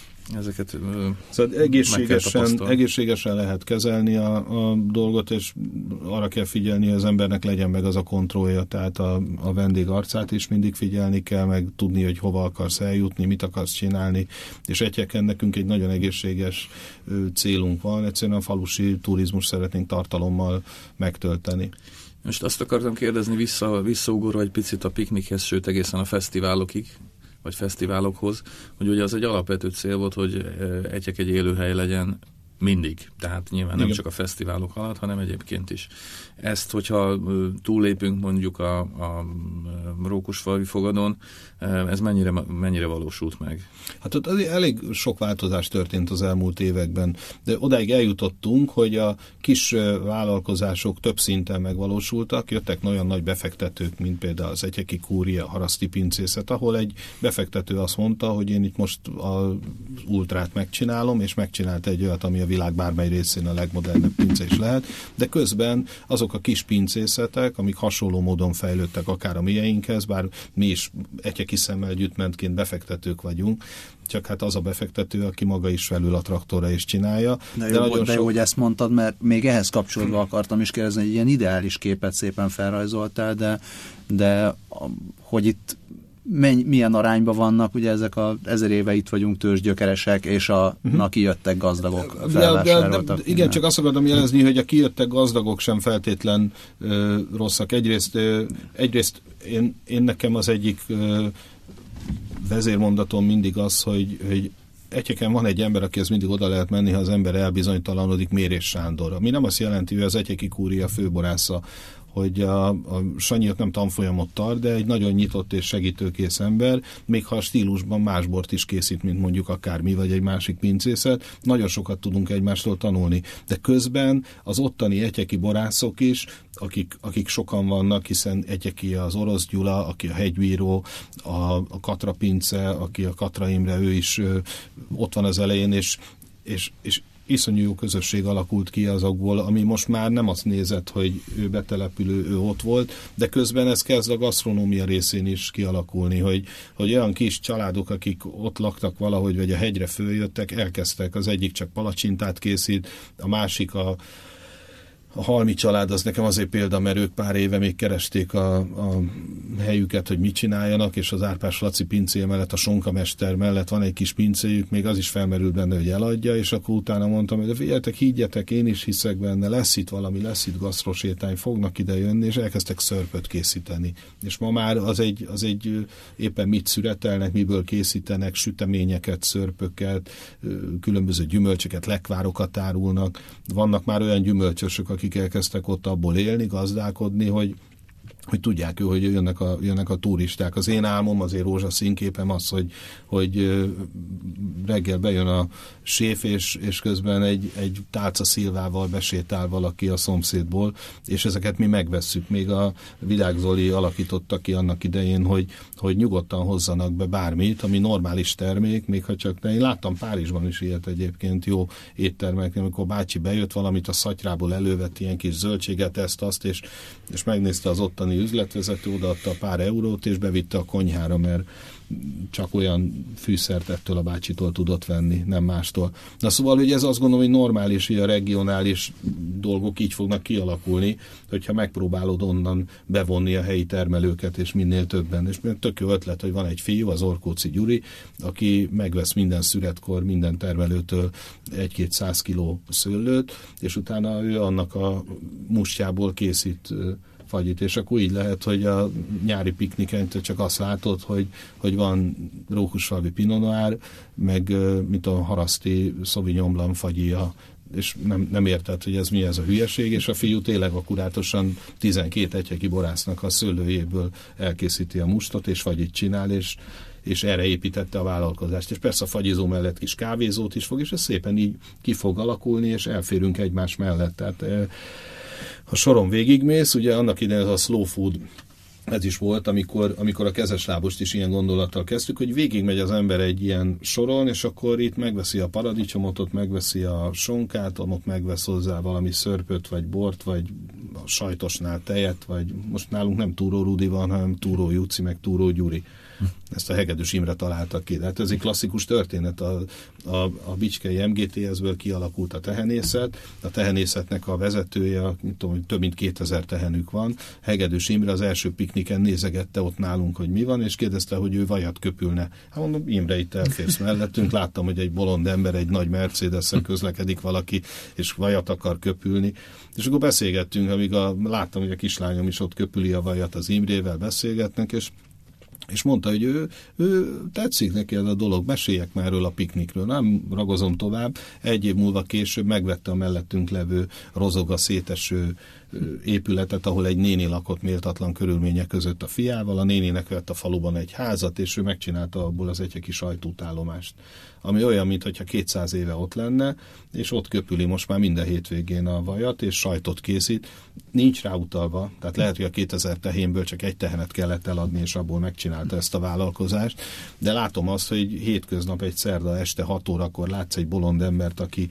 ezeket szóval egészségesen, egészségesen lehet kezelni a, a dolgot, és arra kell figyelni, hogy az embernek legyen meg az a kontrollja, tehát a, a vendég arcát is mindig figyelni kell, meg tudni, hogy hova akarsz eljutni, mit akarsz csinálni, és egyébként nekünk egy nagyon egészséges célunk van, egyszerűen a falusi turizmus szeretnénk tartalommal megtölteni. Most azt akartam kérdezni, vissza, visszaugorva egy picit a piknikhez, sőt egészen a fesztiválokig, vagy fesztiválokhoz, hogy ugye az egy alapvető cél volt, hogy Egyek egy élőhely legyen, mindig. Tehát nyilván nem Igen. csak a fesztiválok alatt, hanem egyébként is. Ezt, hogyha túllépünk mondjuk a, a Rókusfalvi fogadón, ez mennyire, mennyire valósult meg? Hát ott elég sok változás történt az elmúlt években, de odáig eljutottunk, hogy a kis vállalkozások több szinten megvalósultak, jöttek olyan nagy befektetők, mint például az Egyeki Kúria, a Haraszti Pincészet, ahol egy befektető azt mondta, hogy én itt most az ultrát megcsinálom, és megcsinált egy olyat, ami a világ bármely részén a legmodernebb pincés lehet, de közben azok a kis pincészetek, amik hasonló módon fejlődtek akár a mieinkhez, bár mi is Egyeki Szemmel Gyütmentként befektetők vagyunk, csak hát az a befektető, aki maga is felül a traktorra is csinálja. De, de, jó, nagyon de sok... jó, hogy ezt mondtad, mert még ehhez kapcsolódva akartam is kérdezni, hogy ilyen ideális képet szépen felrajzoltál, de, de hogy itt menny, milyen arányban vannak, ugye ezek a ezer éve itt vagyunk tőzsgyökeresek, és a uh-huh. na kijöttek gazdagok felvásároltak. De, de, de, igen, csak azt akartam jelezni, hogy a kijöttek gazdagok sem feltétlen ö, rosszak. Egyrészt, ö, egyrészt én, én nekem az egyik ö, vezérmondatom mindig az, hogy, hogy Egyeken van egy ember, akihez mindig oda lehet menni, ha az ember elbizonytalanodik, Mérés Sándor. Ami nem azt jelenti, hogy az Egyeki Kúria főborásza, hogy a, a Sanyi nem tanfolyamot tart, de egy nagyon nyitott és segítőkész ember, még ha a stílusban más bort is készít, mint mondjuk akár mi, vagy egy másik pincészet, nagyon sokat tudunk egymástól tanulni. De közben az ottani egyeki borászok is, akik, akik sokan vannak, hiszen Egyeki az Orosz Gyula, aki a hegybíró, a, a Katra Pince, aki a Katra Imre, ő is ö, ott van az elején, és, és, és iszonyú jó közösség alakult ki azokból, ami most már nem azt nézett, hogy ő betelepülő, ő ott volt, de közben ez kezd a gasztronómia részén is kialakulni, hogy, hogy olyan kis családok, akik ott laktak valahogy, vagy a hegyre följöttek, elkezdtek, az egyik csak palacsintát készít, a másik a A Halmi család az nekem azért példa, mert ők pár éve még keresték a, a helyüket, hogy mit csináljanak, és az Árpás Laci pincéje mellett, a sonkamester mellett van egy kis pincéjük, még az is felmerült benne, hogy eladja, és akkor utána mondtam, hogy de figyeljetek, higgyetek, én is hiszek benne, lesz itt valami, lesz itt gasztrosétány, fognak ide jönni, és elkezdtek szörpöt készíteni. És ma már az egy, az egy éppen mit szüretelnek, miből készítenek, süteményeket, szörpöket, különböző gyümölcsöket, lekvárokat árulnak. Vannak már olyan gyümölcsösök, akik elkezdtek ott abból élni, gazdálkodni, hogy, hogy tudják ő, hogy jönnek a, jönnek a turisták. Az én álmom, azért rózsaszínképem az, hogy, hogy reggel bejön a séf, és, és közben egy, egy tálca szilvával besétál valaki a szomszédból, és ezeket mi megvesszük. Még a Vidág Zoli alakította ki annak idején, hogy, hogy nyugodtan hozzanak be bármit, ami normális termék, még ha csak ne. Én láttam Párizsban is ilyet egyébként, jó éttermek, amikor bácsi bejött valamit, a szatyrából elővett ilyen kis zöldséget, ezt, azt, és, és megnézte az ottani üzletvezető, odaadta pár eurót, és bevitte a konyhára, mert csak olyan fűszert ettől a bácsitól tudott venni, nem mástól. Na szóval, hogy ez azt gondolom, hogy normális, hogy a regionális dolgok így fognak kialakulni, hogyha megpróbálod onnan bevonni a helyi termelőket, és minél többen. És tök jó ötlet, hogy van egy fiú, az Orkóczy Gyuri, aki megvesz minden szüretkor, minden termelőtől egy-két száz kiló szőlőt, és utána ő annak a mustjából készít fagyit, és akkor így lehet, hogy a nyári pikniken csak azt látod, hogy, hogy van Rókusfalvi Pinot Noir, meg mint a Haraszti Sauvignon Blanc fagyia, és nem, nem érted, hogy ez mi ez a hülyeség, és a fiú tényleg akkurátosan tizenkét egyeki borásznak a szőlőjéből elkészíti a mustot, és fagyit csinál, és és erre építette a vállalkozást. És persze a fagyizó mellett kis kávézót is fog, és ez szépen így ki fog alakulni, és elférünk egymás mellett. Tehát ha soron végigmész, ugye annak idején ez a slow food, ez is volt, amikor, amikor a kezeslábost is ilyen gondolattal kezdtük, hogy végigmegy az ember egy ilyen soron, és akkor itt megveszi a paradicsomot, ott megveszi a sonkát, ott megvesz hozzá valami szörpöt, vagy bort, vagy a sajtosnál tejet, vagy most nálunk nem Túró Rudi van, hanem Túró Juci, meg Túró Gyuri. Ezt a Hegedűs Imre találtak ki. Hát ez egy klasszikus történet. A, a, a bicskei em gé té es-ből kialakult a tehenészet. A tehenészetnek a vezetője, tudom, több mint kétezer tehenük van. Hegedűs Imre az első pikniken nézegette ott nálunk, hogy mi van, és kérdezte, hogy ő vajat köpülne. Hát mondom, Imre, itt elférsz mellettünk. Láttam, hogy egy bolond ember egy nagy Mercedes-en közlekedik valaki, és vajat akar köpülni. És akkor beszélgettünk, amíg a, láttam, hogy a kislányom is ott köpüli a vajat, az Imrével beszélgetnek, és És mondta, hogy ő, ő tetszik neki ez a dolog, meséljek már erről a piknikről. Nem ragozom tovább. Egy év múlva később megvette a mellettünk levő rozoga széteső épületet, ahol egy néni lakott méltatlan körülmények között a fiával. A néninek vett a faluban egy házat, és ő megcsinálta abból az egyeki sajtútállomást. Ami olyan, mintha kétszáz éve ott lenne, és ott köpüli most már minden hétvégén a vajat, és sajtot készít. Nincs rá utalva, tehát lehet, hogy a kétezer tehénből csak egy tehenet kellett eladni, és abból megcsinálta ezt a vállalkozást, de látom azt, hogy hétköznap egy szerda este hat órakor látsz egy bolond embert, aki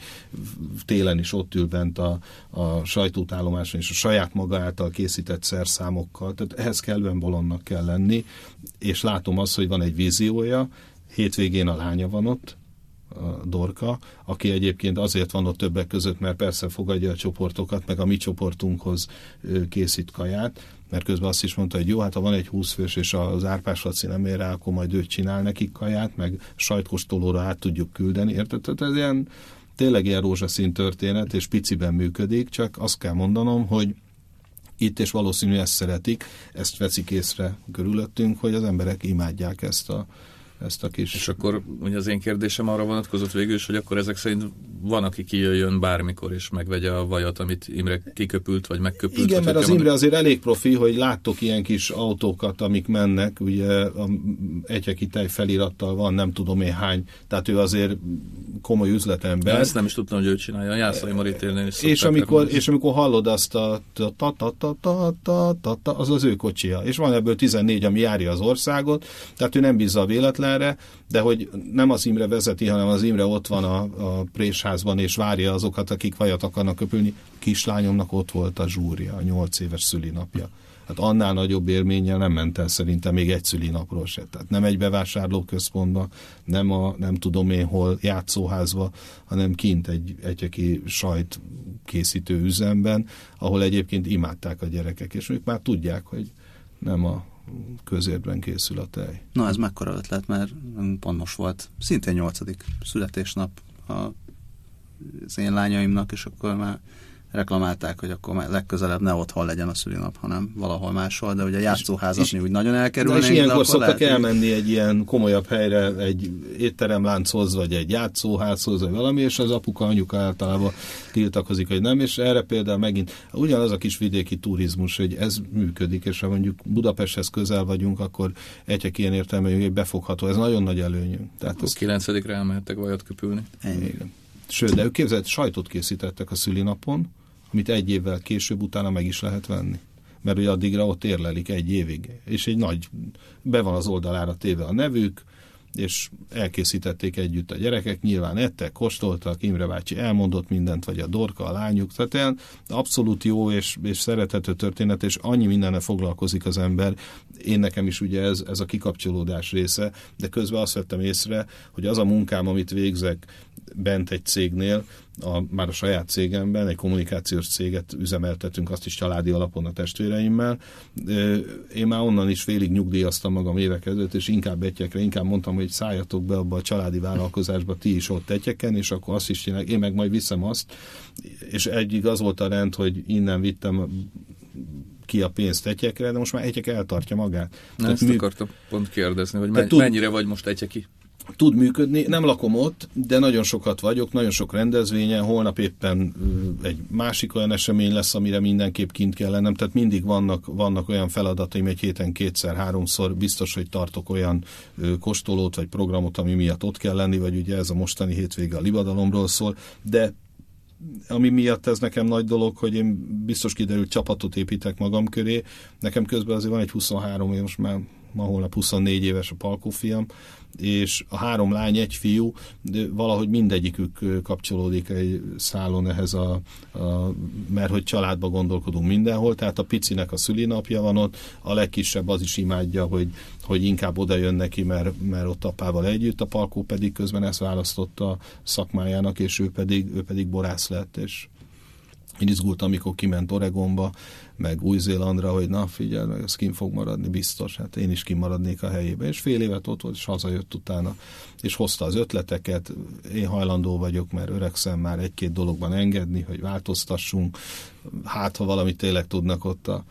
télen is ott ül bent a, a sajtótállomáson, és a saját maga által készített szerszámokkal, tehát ehhez kellően bolondnak kell lenni, és látom azt, hogy van egy víziója, hétvégén a lánya van ott, a Dorka, aki egyébként azért van ott többek között, mert persze fogadja a csoportokat, meg a mi csoportunkhoz készít kaját, mert közben azt is mondta, hogy jó, hát ha van egy húsz fős, és az Árpás Laci nem ér rá, akkor majd ő csinál nekik kaját, meg sajtkóstolóra át tudjuk küldeni, érted? Tehát ez ilyen, tényleg ilyen rózsaszín történet, és piciben működik, csak azt kell mondanom, hogy itt, és valószínűleg ezt szeretik, ezt veszik észre körülöttünk, hogy az emberek imádják ezt a ezt a kis... És akkor ugye az én kérdésem arra vonatkozott végül is, hogy akkor ezek szerint van, aki kijöjjön bármikor, és megvegye a vajat, amit Imre kiköpült, vagy megköpült. Igen, vagy mert az mondani. Imre azért elég profi, hogy láttok ilyen kis autókat, amik mennek, ugye egyeki tej felirattal van, nem tudom én hány, tehát ő azért komoly üzletember. Ja, ezt nem is tudtam, hogy ő csinálja, a Jászai Marítérnél is és amikor, és amikor hallod azt a ta ta ta ta ta ta ta, az az ő kocsia, és van ebből tizennégy, ami járja az országot, tehát ő nem bízza a véletlenre, de hogy nem az Imre vezeti, hanem az Imre ott van a, a présházban, és várja azokat, akik vajat akarnak köpülni. Kislányomnak ott volt a zsúrja, a nyolc éves szülinapja. Hát annál nagyobb élménnyel nem ment el szerintem még egy szülinapról se. Tehát nem egy bevásárlóközpontba, nem a nem tudom én hol játszóházba, hanem kint egy egyeki sajt készítő üzemben, ahol egyébként imádták a gyerekek, és ők már tudják, hogy nem a közérben készül a tej. Na, ez mekkora ötlet, mert pont most volt szintén nyolcadik születésnap az én lányaimnak, és akkor már reklamálták, hogy akkor már legközelebb ne otthon legyen a szülinap, hanem valahol máshol, de ugye a játszóházat mi úgy nagyon elkerülnénk. És ilyenkor szoktak lehet, elmenni egy ilyen komolyabb helyre, egy étteremlánchoz, vagy egy játszóházhoz, vagy valami, és az apuka, anyuka általában tiltakozik, hogy nem, és erre például megint ugyanaz a kis vidéki turizmus, hogy ez működik, és ha mondjuk Budapesthez közel vagyunk, akkor egyek ilyen értelmű, hogy befogható, ez nagyon nagy előnyünk. Tehát az kilencedikre elmehettek vajat köpülni. Igen. Sőt, de ők képzelt, sajtot készítettek a szülinapon, amit egy évvel később utána meg is lehet venni. Mert ugye addigra ott érlelik egy évig. És egy nagy, be van az oldalára téve a nevük, és elkészítették együtt a gyerekek, nyilván ettek, kóstoltak, Imre bácsi elmondott mindent, vagy a Dorka, a lányuk, tehát olyan abszolút jó és, és szerethető történet, és annyi mindennel foglalkozik az ember. Én nekem is ugye ez, ez a kikapcsolódás része, de közben azt vettem észre, hogy az a munkám, amit végzek bent egy cégnél, a, már a saját cégemben, egy kommunikációs céget üzemeltetünk, azt is családi alapon a testvéreimmel. Én már onnan is félig nyugdíjaztam magam évek előtt, és inkább egyekre, inkább mondtam, hogy szálljatok be abba a családi vállalkozásba, ti is ott egyeken, és akkor azt is csinálják, én meg majd viszem azt, és egyik az volt a rend, hogy innen vittem ki a pénzt egyekre, de most már egyek eltartja magát. Na, ezt mű... akartam pont kérdezni, hogy men- tud... mennyire vagy most egyeki? Tud működni, nem lakom ott, de nagyon sokat vagyok, nagyon sok rendezvényen, holnap éppen egy másik olyan esemény lesz, amire mindenképp kint kell lennem, tehát mindig vannak, vannak olyan feladataim, egy héten kétszer, háromszor, biztos, hogy tartok olyan kóstolót vagy programot, ami miatt ott kell lenni, vagy ugye ez a mostani hétvége a libadalomról szól, de ami miatt ez nekem nagy dolog, hogy én biztos kiderült csapatot építek magam köré, nekem közben azért van egy huszonhárom év, most már ma holnap huszonnégy éves a Palkó fiam, és a három lány, egy fiú, de valahogy mindegyikük kapcsolódik egy szálon ehhez a, a mert hogy családba gondolkodunk mindenhol, tehát a picinek a szülinapja van ott, a legkisebb az is imádja, hogy, hogy inkább oda jön neki, mert, mert ott apával együtt, a Palkó pedig közben ezt választotta szakmájának, és ő pedig, ő pedig borász lett, és én izgultam, amikor kiment Oregonba, meg Új-Zélandra, hogy na figyelj meg, ez kint fog maradni biztos, hát én is kimaradnék a helyébe, és fél évet ott volt, és hazajött utána, és hozta az ötleteket, én hajlandó vagyok, mert öregszem már egy-két dologban engedni, hogy változtassunk, hát ha valamit tényleg tudnak ott a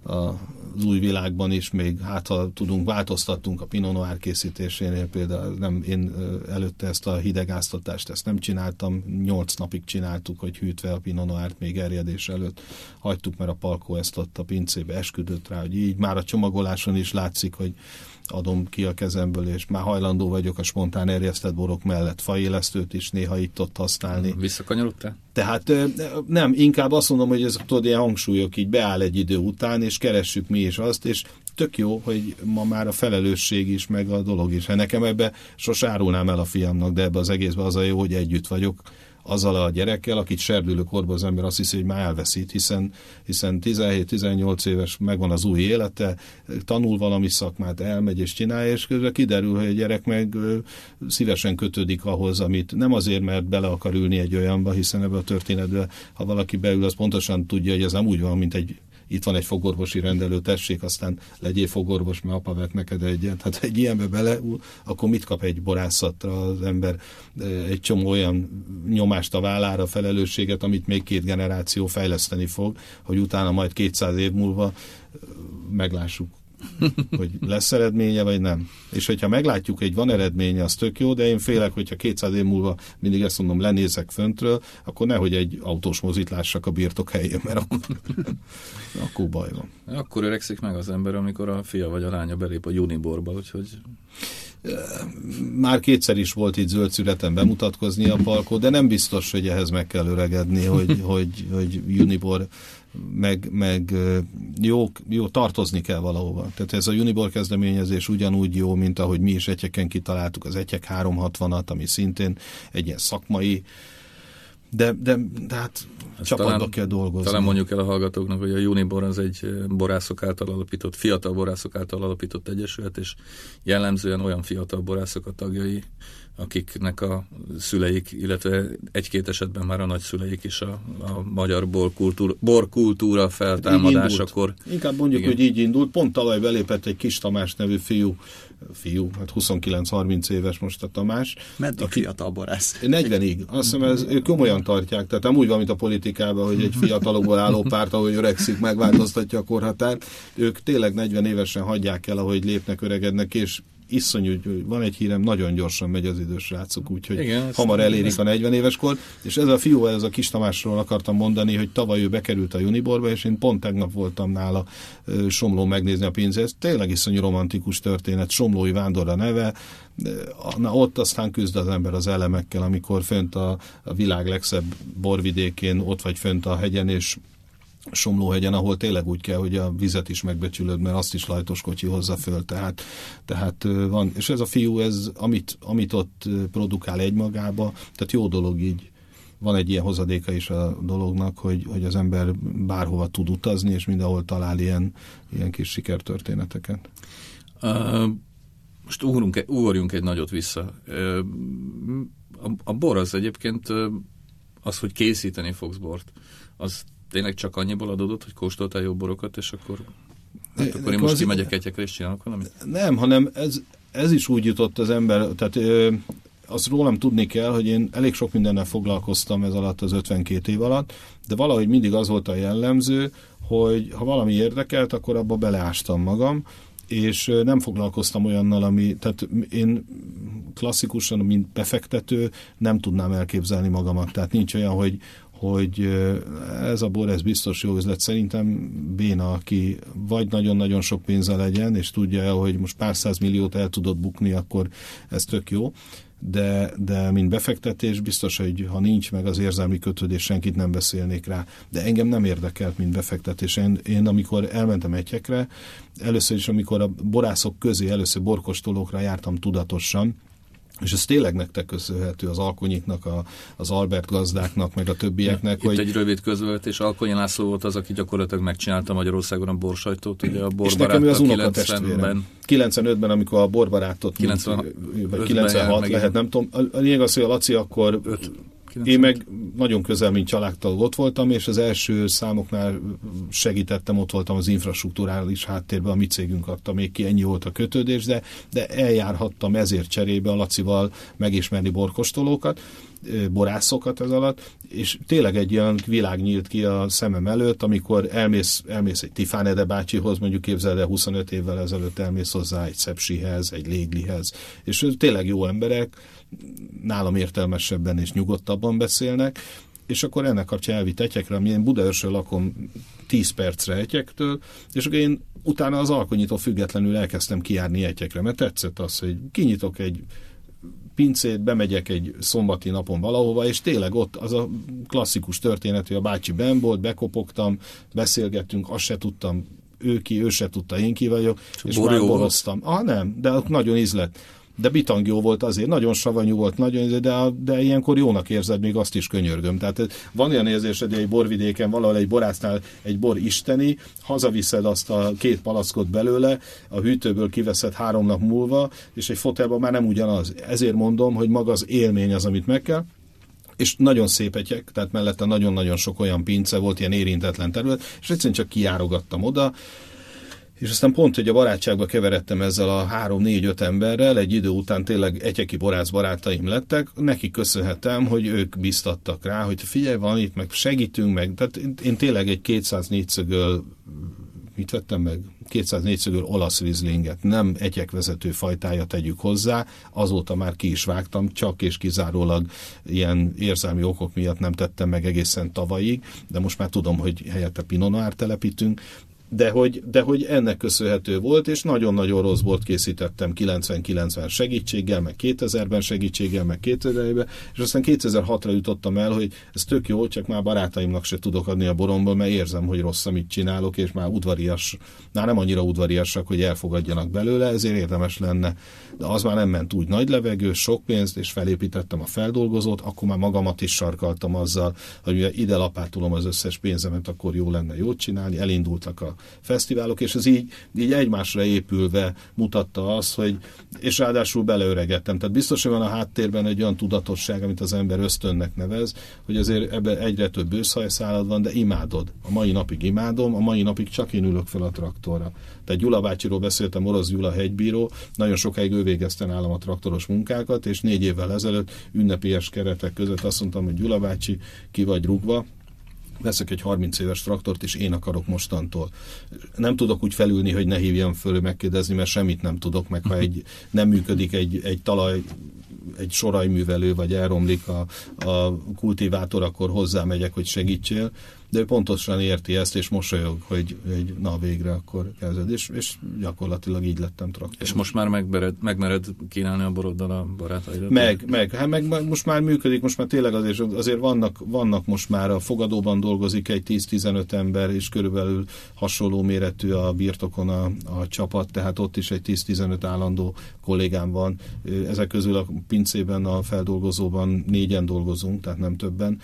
a az új világban is, még hát ha tudunk, változtattunk a Pinot Noir készítésénél, például nem, én előtte ezt a hidegáztatást, ezt nem csináltam, nyolc napig csináltuk, hogy hűtve a Pinot Noirt még erjedés előtt hagytuk, mert a Palkó ezt ott a pincébe esküdött rá, hogy így már a csomagoláson is látszik, hogy adom ki a kezemből, és már hajlandó vagyok a spontán erjesztett borok mellett faélesztőt is néha itt-ott használni. Visszakanyarodtál? Tehát nem, inkább azt mondom, hogy ezek tudod, ilyen hangsúlyok így beáll egy idő után, és keressük mi is azt, és tök jó, hogy ma már a felelősség is, meg a dolog is. Hát nekem ebbe sose árulnám el a fiamnak, de ebbe az egészben az a jó, hogy együtt vagyok azzal a gyerekkel, akit serdülő korban az ember azt hiszi, hogy már elveszít, hiszen, hiszen tizenhét-tizennyolc éves, megvan az új élete, tanul valami szakmát, elmegy és csinálja, és közben kiderül, hogy a gyerek meg szívesen kötődik ahhoz, amit nem azért, mert bele akar ülni egy olyanba, hiszen ebbe a történetbe, ha valaki beül, az pontosan tudja, hogy ez nem úgy van, mint egy itt van egy fogorvosi rendelő, tessék, aztán legyél fogorvos, mert apa vett neked egyet. Hát egy ilyenbe bele, akkor mit kap egy borászatra az ember? Egy csomó olyan nyomást a vállára, felelősséget, amit még két generáció fejleszteni fog, hogy utána majd kétszáz év múlva meglássuk, hogy lesz eredménye, vagy nem. És hogyha meglátjuk, hogy van eredménye, az tök jó, de én félek, hogyha kétszáz év múlva mindig ezt mondom, lenézek föntről, akkor nehogy egy autós mozit lássak a birtok helyén, mert akkor, akkor baj van. Akkor öregszik meg az ember, amikor a fia vagy a lánya belép a Uniborba, úgyhogy... Már kétszer is volt itt zöld szüreten bemutatkozni a Palkó, de nem biztos, hogy ehhez meg kell öregedni, hogy, hogy, hogy Unibor meg, meg jó, jó, tartozni kell valahova. Tehát ez a Unibor kezdeményezés ugyanúgy jó, mint ahogy mi is Etyeken kitaláltuk az Etyek háromszázhatvanat, ami szintén egy ilyen szakmai, de, de, de hát csapatba kell dolgozni. Talán mondjuk el a hallgatóknak, hogy a Unibor az egy borászok által alapított, fiatal borászok által alapított egyesület, és jellemzően olyan fiatal borászok a tagjai, akiknek a szüleik, illetve egy-két esetben már a nagyszüleik is a, a magyar borkultúra, borkultúra feltámadásakor. Inkább mondjuk, igen, hogy így indult. Pont tavaly belépett egy Kis Tamás nevű fiú, fiú, hát huszonkilenc-harminc éves most a Tamás. Meddig aki, fiatal borász? negyvenig. Azt hiszem, ez, ők komolyan tartják. Tehát nem úgy van, mint a politikában, hogy egy fiatalokból álló párt, ahogy öregszik, megváltoztatja a korhatárt. Ők tényleg negyven évesen hagyják el, ahogy lépnek, öregednek, és iszonyú, van egy hírem, nagyon gyorsan megy az idős srácok, úgyhogy igen, hamar elérik a negyven éves kor, és ez a fiú, ez a Kis Tamásról akartam mondani, hogy tavaly ő bekerült a Uniborba, és én pont tegnap voltam nála Somlón megnézni a pincét, ez tényleg iszonyú romantikus történet, Somlói Vándor a neve, na ott aztán küzd az ember az elemekkel, amikor fönt a, a világ legszebb borvidékén, ott vagy fönt a hegyen, és Somlóhegyen, ahol tényleg úgy kell, hogy a vizet is megbecsülöd, mert azt is lajtos kocsi hozza föl, tehát, tehát van, és ez a fiú, ez, amit, amit ott produkál egymagába, tehát jó dolog így, van egy ilyen hozadéka is a dolognak, hogy, hogy az ember bárhova tud utazni, és mindenhol talál ilyen, ilyen kis sikertörténeteket. Uh, most ugorjunk, ugorjunk egy nagyot vissza. Uh, a, a bor az egyébként uh, az, hogy készíteni fogsz bort, az tényleg csak annyiból adódott, hogy kóstoltál jó borokat, és akkor, hát akkor én most kimegyek Etyekre, és csinálok valamit? Nem, hanem ez, ez is úgy jutott az ember, tehát ö, azt rólam tudni kell, hogy én elég sok mindennel foglalkoztam ez alatt az ötvenkét év alatt, de valahogy mindig az volt a jellemző, hogy ha valami érdekelt, akkor abba beleástam magam, és nem foglalkoztam olyannal, ami, tehát én klasszikusan, mint befektető nem tudnám elképzelni magamat, tehát nincs olyan, hogy hogy ez a bor, ez biztos jó üzlet. Szerintem béna, aki vagy nagyon-nagyon sok pénze legyen, és tudja el, hogy most pár százmilliót el tudod bukni, akkor ez tök jó. De, de mint befektetés biztos, hogy ha nincs meg az érzelmi kötődés, senkit nem beszélnék rá. De engem nem érdekelt, mint befektetés. Én, én amikor elmentem Etyekre, először is, amikor a borászok közé először borkostolókra jártam tudatosan, és ez tényleg nektek köszönhető, az Alkonyiknak, a, az Albert gazdáknak, meg a többieknek. Itt hogy... egy rövid közvetítés, Alkonyi László volt az, aki gyakorlatilag megcsinálta Magyarországon a borsajtót, ugye a borbarát a kilencvenben. kilencvenötben, amikor a borbarátot, kilencvenhat, vagy kilencvenhat lehet, nem tudom. A lényeg az, hogy a Laci akkor... öt Én meg nagyon közel, mint családtag ott voltam, és az első számoknál segítettem, ott voltam az infrastruktúrális háttérben, a mi cégünk adta még ki, ennyi volt a kötődés, de, de eljárhattam ezért cserébe a Lacival megismerni borkostolókat, borászokat ez alatt, és tényleg egy olyan világ nyílt ki a szemem előtt, amikor elmész, elmész egy Tifánede bácsihoz, mondjuk képzeld el huszonöt évvel ezelőtt elmész hozzá egy Szepsihez, egy Léglihez, és tényleg jó emberek, nálam értelmesebben és nyugodtabban beszélnek, és akkor ennek kapcsán elvitt Etyekre, ami én Budaörsön lakom tíz percre Etyektől, és akkor én utána az Alkonyitól függetlenül elkezdtem kijárni Etyekre, mert tetszett az, hogy kinyitok egy pincét, bemegyek egy szombati napon valahova, és tényleg ott az a klasszikus történet, hogy a bácsi benn volt, bekopogtam, beszélgettünk, azt se tudtam, ő ki, ő se tudta, én ki vagyok, csak és már boroztam. Ah, nem, de nagyon ízlett. De bitang jó volt azért, nagyon savanyú volt, nagyon, de, de ilyenkor jónak érzed, még azt is könyörgöm. Tehát van olyan érzésed, hogy egy borvidéken, valahol egy borásznál egy bor isteni, hazaviszed azt a két palackot belőle, a hűtőből kiveszed három nap múlva, és egy fotelban már nem ugyanaz. Ezért mondom, hogy maga az élmény az, amit meg kell, és nagyon szép Etyek, tehát mellette nagyon-nagyon sok olyan pince volt, ilyen érintetlen terület, és egyszerűen csak kijárogattam oda, és aztán pont, hogy a barátságba keveredtem ezzel a három-négy-öt emberrel, egy idő után tényleg etyeki borász barátaim lettek, nekik köszönhetem, hogy ők biztattak rá, hogy figyelj, van itt, meg segítünk, meg, tehát én tényleg egy kétszáznégy szögöl, mit vettem meg? kétszáznégy szögöl olasz rizlinget, nem etyekvezető fajtája tegyük hozzá, azóta már ki is vágtam, csak és kizárólag ilyen érzelmi okok miatt nem tettem meg egészen tavalyig, de most már tudom, hogy helyette Pinot Noir telepítünk, De hogy, de hogy ennek köszönhető volt, és nagyon-nagyon rossz bort készítettem kilencven-kilencven segítséggel, meg kétezerben segítséggel, meg kétezerben, és aztán kétezer-hatra jutottam el, hogy ez tök jó, csak már barátaimnak se tudok adni a boromból, mert érzem, hogy rossz, amit csinálok, és már udvarias, már nem annyira udvariasak, hogy elfogadjanak belőle, ezért érdemes lenne. De az már nem ment úgy nagy levegő, sok pénzt, és felépítettem a feldolgozót, akkor már magamat is sarkaltam azzal, hogy ide lapátolom az összes pénzemet, akkor jó lenne jót csinálni, elindultak a fesztiválok, és ez így, így egymásra épülve mutatta azt, hogy, és ráadásul beleöregettem. Tehát biztos, hogy van a háttérben egy olyan tudatosság, amit az ember ösztönnek nevez, hogy azért ebben egyre több őszhajszálad van, de imádod. A mai napig imádom, a mai napig csak én ülök fel a traktorra. Tehát Gyula bácsiról beszéltem, Orosz Gyula hegybíró, nagyon sokáig ő végezte nálam a traktoros munkákat, és négy évvel ezelőtt ünnepélyes keretek között azt mondtam, hogy Gyula bácsi, ki vagy rúgva, veszek egy harminc éves traktort, és én akarok mostantól. Nem tudok úgy felülni, hogy ne hívjam föl megkérdezni, mert semmit nem tudok, meg ha egy, nem működik egy, egy talaj, egy sorajművelő, vagy elromlik a, a kultivátor, akkor hozzámegyek, hogy segítsél, de ő pontosan érti ezt, és mosolyog, hogy, hogy na végre akkor kezded, és, és gyakorlatilag így lettem traktoros. És most már megmered, megmered kínálni a boroddal a barátaidat? Meg, meg, hát meg most már működik, most már tényleg azért, azért vannak, vannak most már a fogadóban dolgozik egy tíz-tizenöt ember, és körülbelül hasonló méretű a birtokon a, a csapat, tehát ott is egy tíz-tizenöt állandó kollégám van. Ezek közül a pincében, a feldolgozóban négyen dolgozunk, tehát nem többen.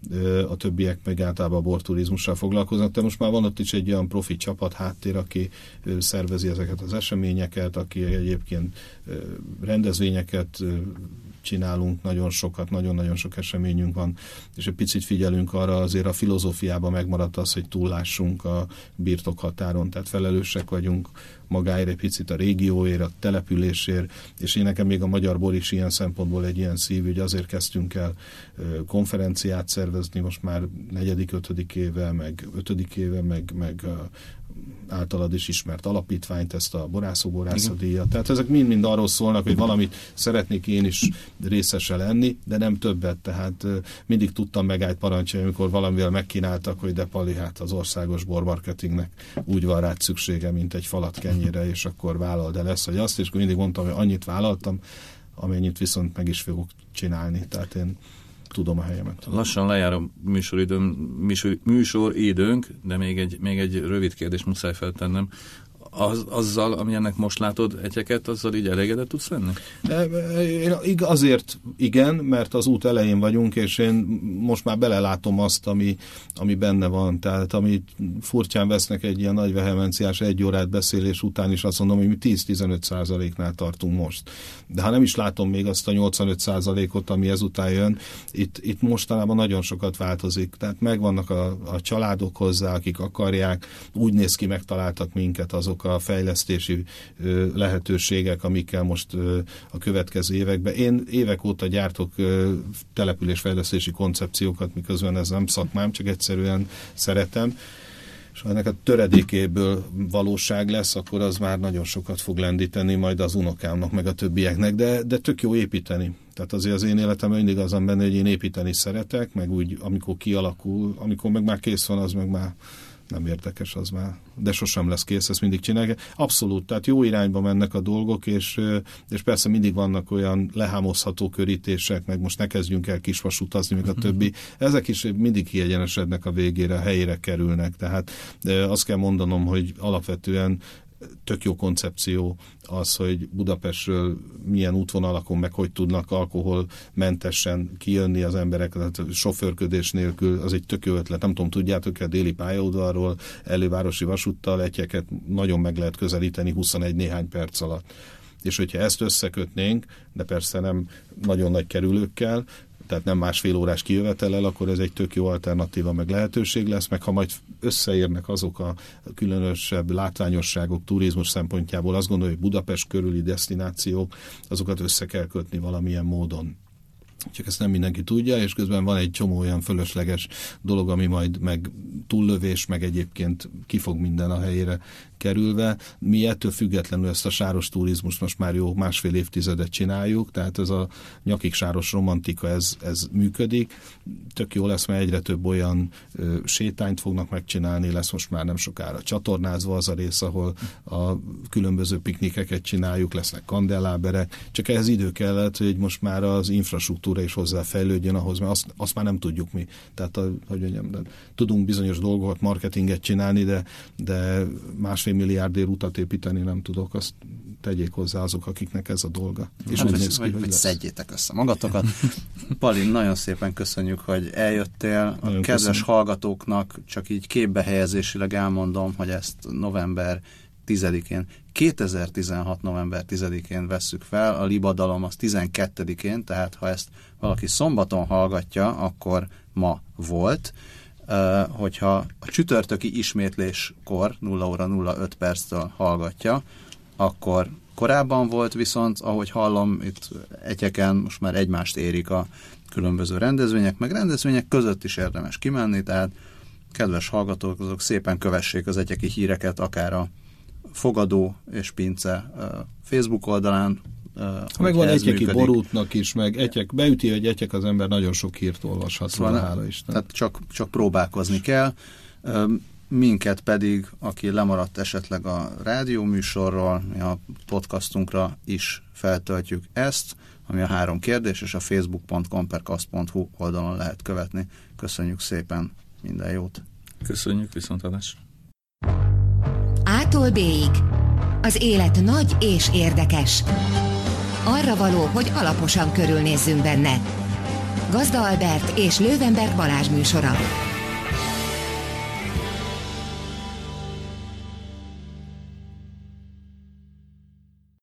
A többiek meg általában a borturizmussal foglalkoznak, de most már van ott is egy olyan profi csapat háttér, aki szervezi ezeket az eseményeket, aki egyébként rendezvényeket csinálunk, nagyon sokat, nagyon-nagyon sok eseményünk van, és egy picit figyelünk arra, azért a filozófiában megmaradt az, hogy túllássunk a birtokhatáron, tehát felelősek vagyunk magáért, egy picit a régióért, a településért, és én nekem még a magyar bor is ilyen szempontból egy ilyen szív, hogy azért kezdtünk el konferenciát szervezni, most már negyedik, ötödik éve, meg ötödik éve, meg, meg általad is ismert alapítványt, ezt a borászó-borászadíjat. Tehát ezek mind-mind arról szólnak, hogy valamit szeretnék én is részese lenni, de nem többet. Tehát mindig tudtam megállt parancsolni, amikor valamivel megkínáltak, hogy de Pali, hát az országos bormarketingnek úgy van rád szüksége, mint egy falat kenyére, és akkor vállald el ezt, vagy azt, és akkor mindig mondtam, hogy annyit vállaltam, amennyit viszont meg is fogok csinálni. Tehát én tudom a helyemet. Lassan lejár a műsoridőm, műsor, műsoridőnk, de még egy, még egy rövid kérdés muszáj feltennem. Az, azzal, ami ennek most látod Etyeket, azzal így elégedett tudsz lenni? Én azért igen, mert az út elején vagyunk, és én most már belelátom azt, ami, ami benne van. Tehát amit furcsán vesznek egy ilyen nagy vehemenciás egy órát beszélés után is, azt mondom, hogy mi tíz-tizenöt százaléknál tartunk most. De ha nem is látom még azt a nyolcvanöt százalékot, ami ezután jön, itt, itt mostanában nagyon sokat változik. Tehát megvannak a, a családok hozzá, akik akarják, úgy néz ki, megtaláltak minket azok, a fejlesztési lehetőségek, amikkel most a következő években. Én évek óta gyártok településfejlesztési koncepciókat, miközben ez nem szakmám, csak egyszerűen szeretem, és ha ennek a töredékéből valóság lesz, akkor az már nagyon sokat fog lendíteni majd az unokámnak, meg a többieknek, de, de tök jó építeni. Tehát azért az én életemben mindig azon benne, hogy én építeni szeretek, meg úgy, amikor kialakul, amikor meg már kész van, az meg már nem érdekes, az már, de sosem lesz kész, ezt mindig csinálják. Abszolút, tehát jó irányba mennek a dolgok, és, és persze mindig vannak olyan lehámozható körítések, meg most ne kezdjünk el kisvasutazni, meg a többi. Ezek is mindig kiegyenesednek a végére, a helyére kerülnek. Tehát azt kell mondanom, hogy alapvetően tök jó koncepció az, hogy Budapestről milyen útvonalakon, meg hogy tudnak alkoholmentesen kijönni az emberek, tehát sofőrködés nélkül, az egy tök jó ötlet. Nem tudom, tudjátok, a déli pályaudvarról elővárosi vasúttal egyeket nagyon meg lehet közelíteni huszonegy néhány perc alatt. És hogyha ezt összekötnénk, de persze nem nagyon nagy kerülőkkel, tehát nem másfél órás kijövetelel, akkor ez egy tök jó alternatíva, meg lehetőség lesz, meg ha majd összeérnek azok a különösebb látványosságok turizmus szempontjából, azt gondolom, hogy Budapest körüli desztinációk, azokat össze kell kötni valamilyen módon. Csak ezt nem mindenki tudja, és közben van egy csomó olyan fölösleges dolog, ami majd meg túllövés, meg egyébként kifog minden a helyére kerülve. Mi ettől függetlenül ezt a sáros turizmust most már jó másfél évtizedet csináljuk, tehát ez a nyakig sáros romantika, ez, ez működik. Tök jó lesz, mert egyre több olyan ö, sétányt fognak megcsinálni, lesz most már nem sokára csatornázva az a rész, ahol a különböző piknikeket csináljuk, lesznek kandelláberek, csak ehhez idő kellett, hogy most már az infrastruktúra is hozzáfejlődjön ahhoz, mert azt, azt már nem tudjuk mi. Tehát, a, hogy mondjam, de tudunk bizonyos dolgokat, marketinget csinálni, de, de másfél milliárdért utat építeni nem tudok, azt tegyék hozzá azok, akiknek ez a dolga. És hát, úgy hogy, néz ki, hogy, hogy hogy lesz. szedjétek össze magatokat. Pali, nagyon szépen köszönjük, hogy eljöttél. A Nagyon kedves köszönöm. hallgatóknak csak így képbehelyezésileg elmondom, hogy ezt november tizedikén, kétezer-tizenhat november tizedikén vesszük fel, a Libadalom az tizenkettedikén, tehát ha ezt valaki szombaton hallgatja, akkor ma volt. Uh, hogyha a csütörtöki ismétléskor nulla óra nulla öt perctől hallgatja, akkor korábban volt, viszont ahogy hallom, itt egyeken most már egymást érik a különböző rendezvények, meg rendezvények között is érdemes kimenni, tehát kedves hallgatók, azok szépen kövessék az egyeki híreket, akár a Fogadó és Pince uh, Facebook oldalán. Uh, Megvan egyeki borútnak is, meg egyek, beüti, hogy egyek az ember nagyon sok hírt olvashat, szóval, hála Isten. Tehát csak, csak próbálkozni kell. Minket pedig, aki lemaradt esetleg a rádióműsorról, mi a podcastunkra is feltöltjük ezt, ami a három kérdés, és a facebook pont com per kasz pont hu oldalon lehet követni. Köszönjük szépen, minden jót! Köszönjük, viszontlátásra! A-tól B-ig. Az élet nagy és érdekes. Arra való, hogy alaposan körülnézzünk benne. Gazda Albert és Löwenberg Balázs műsora.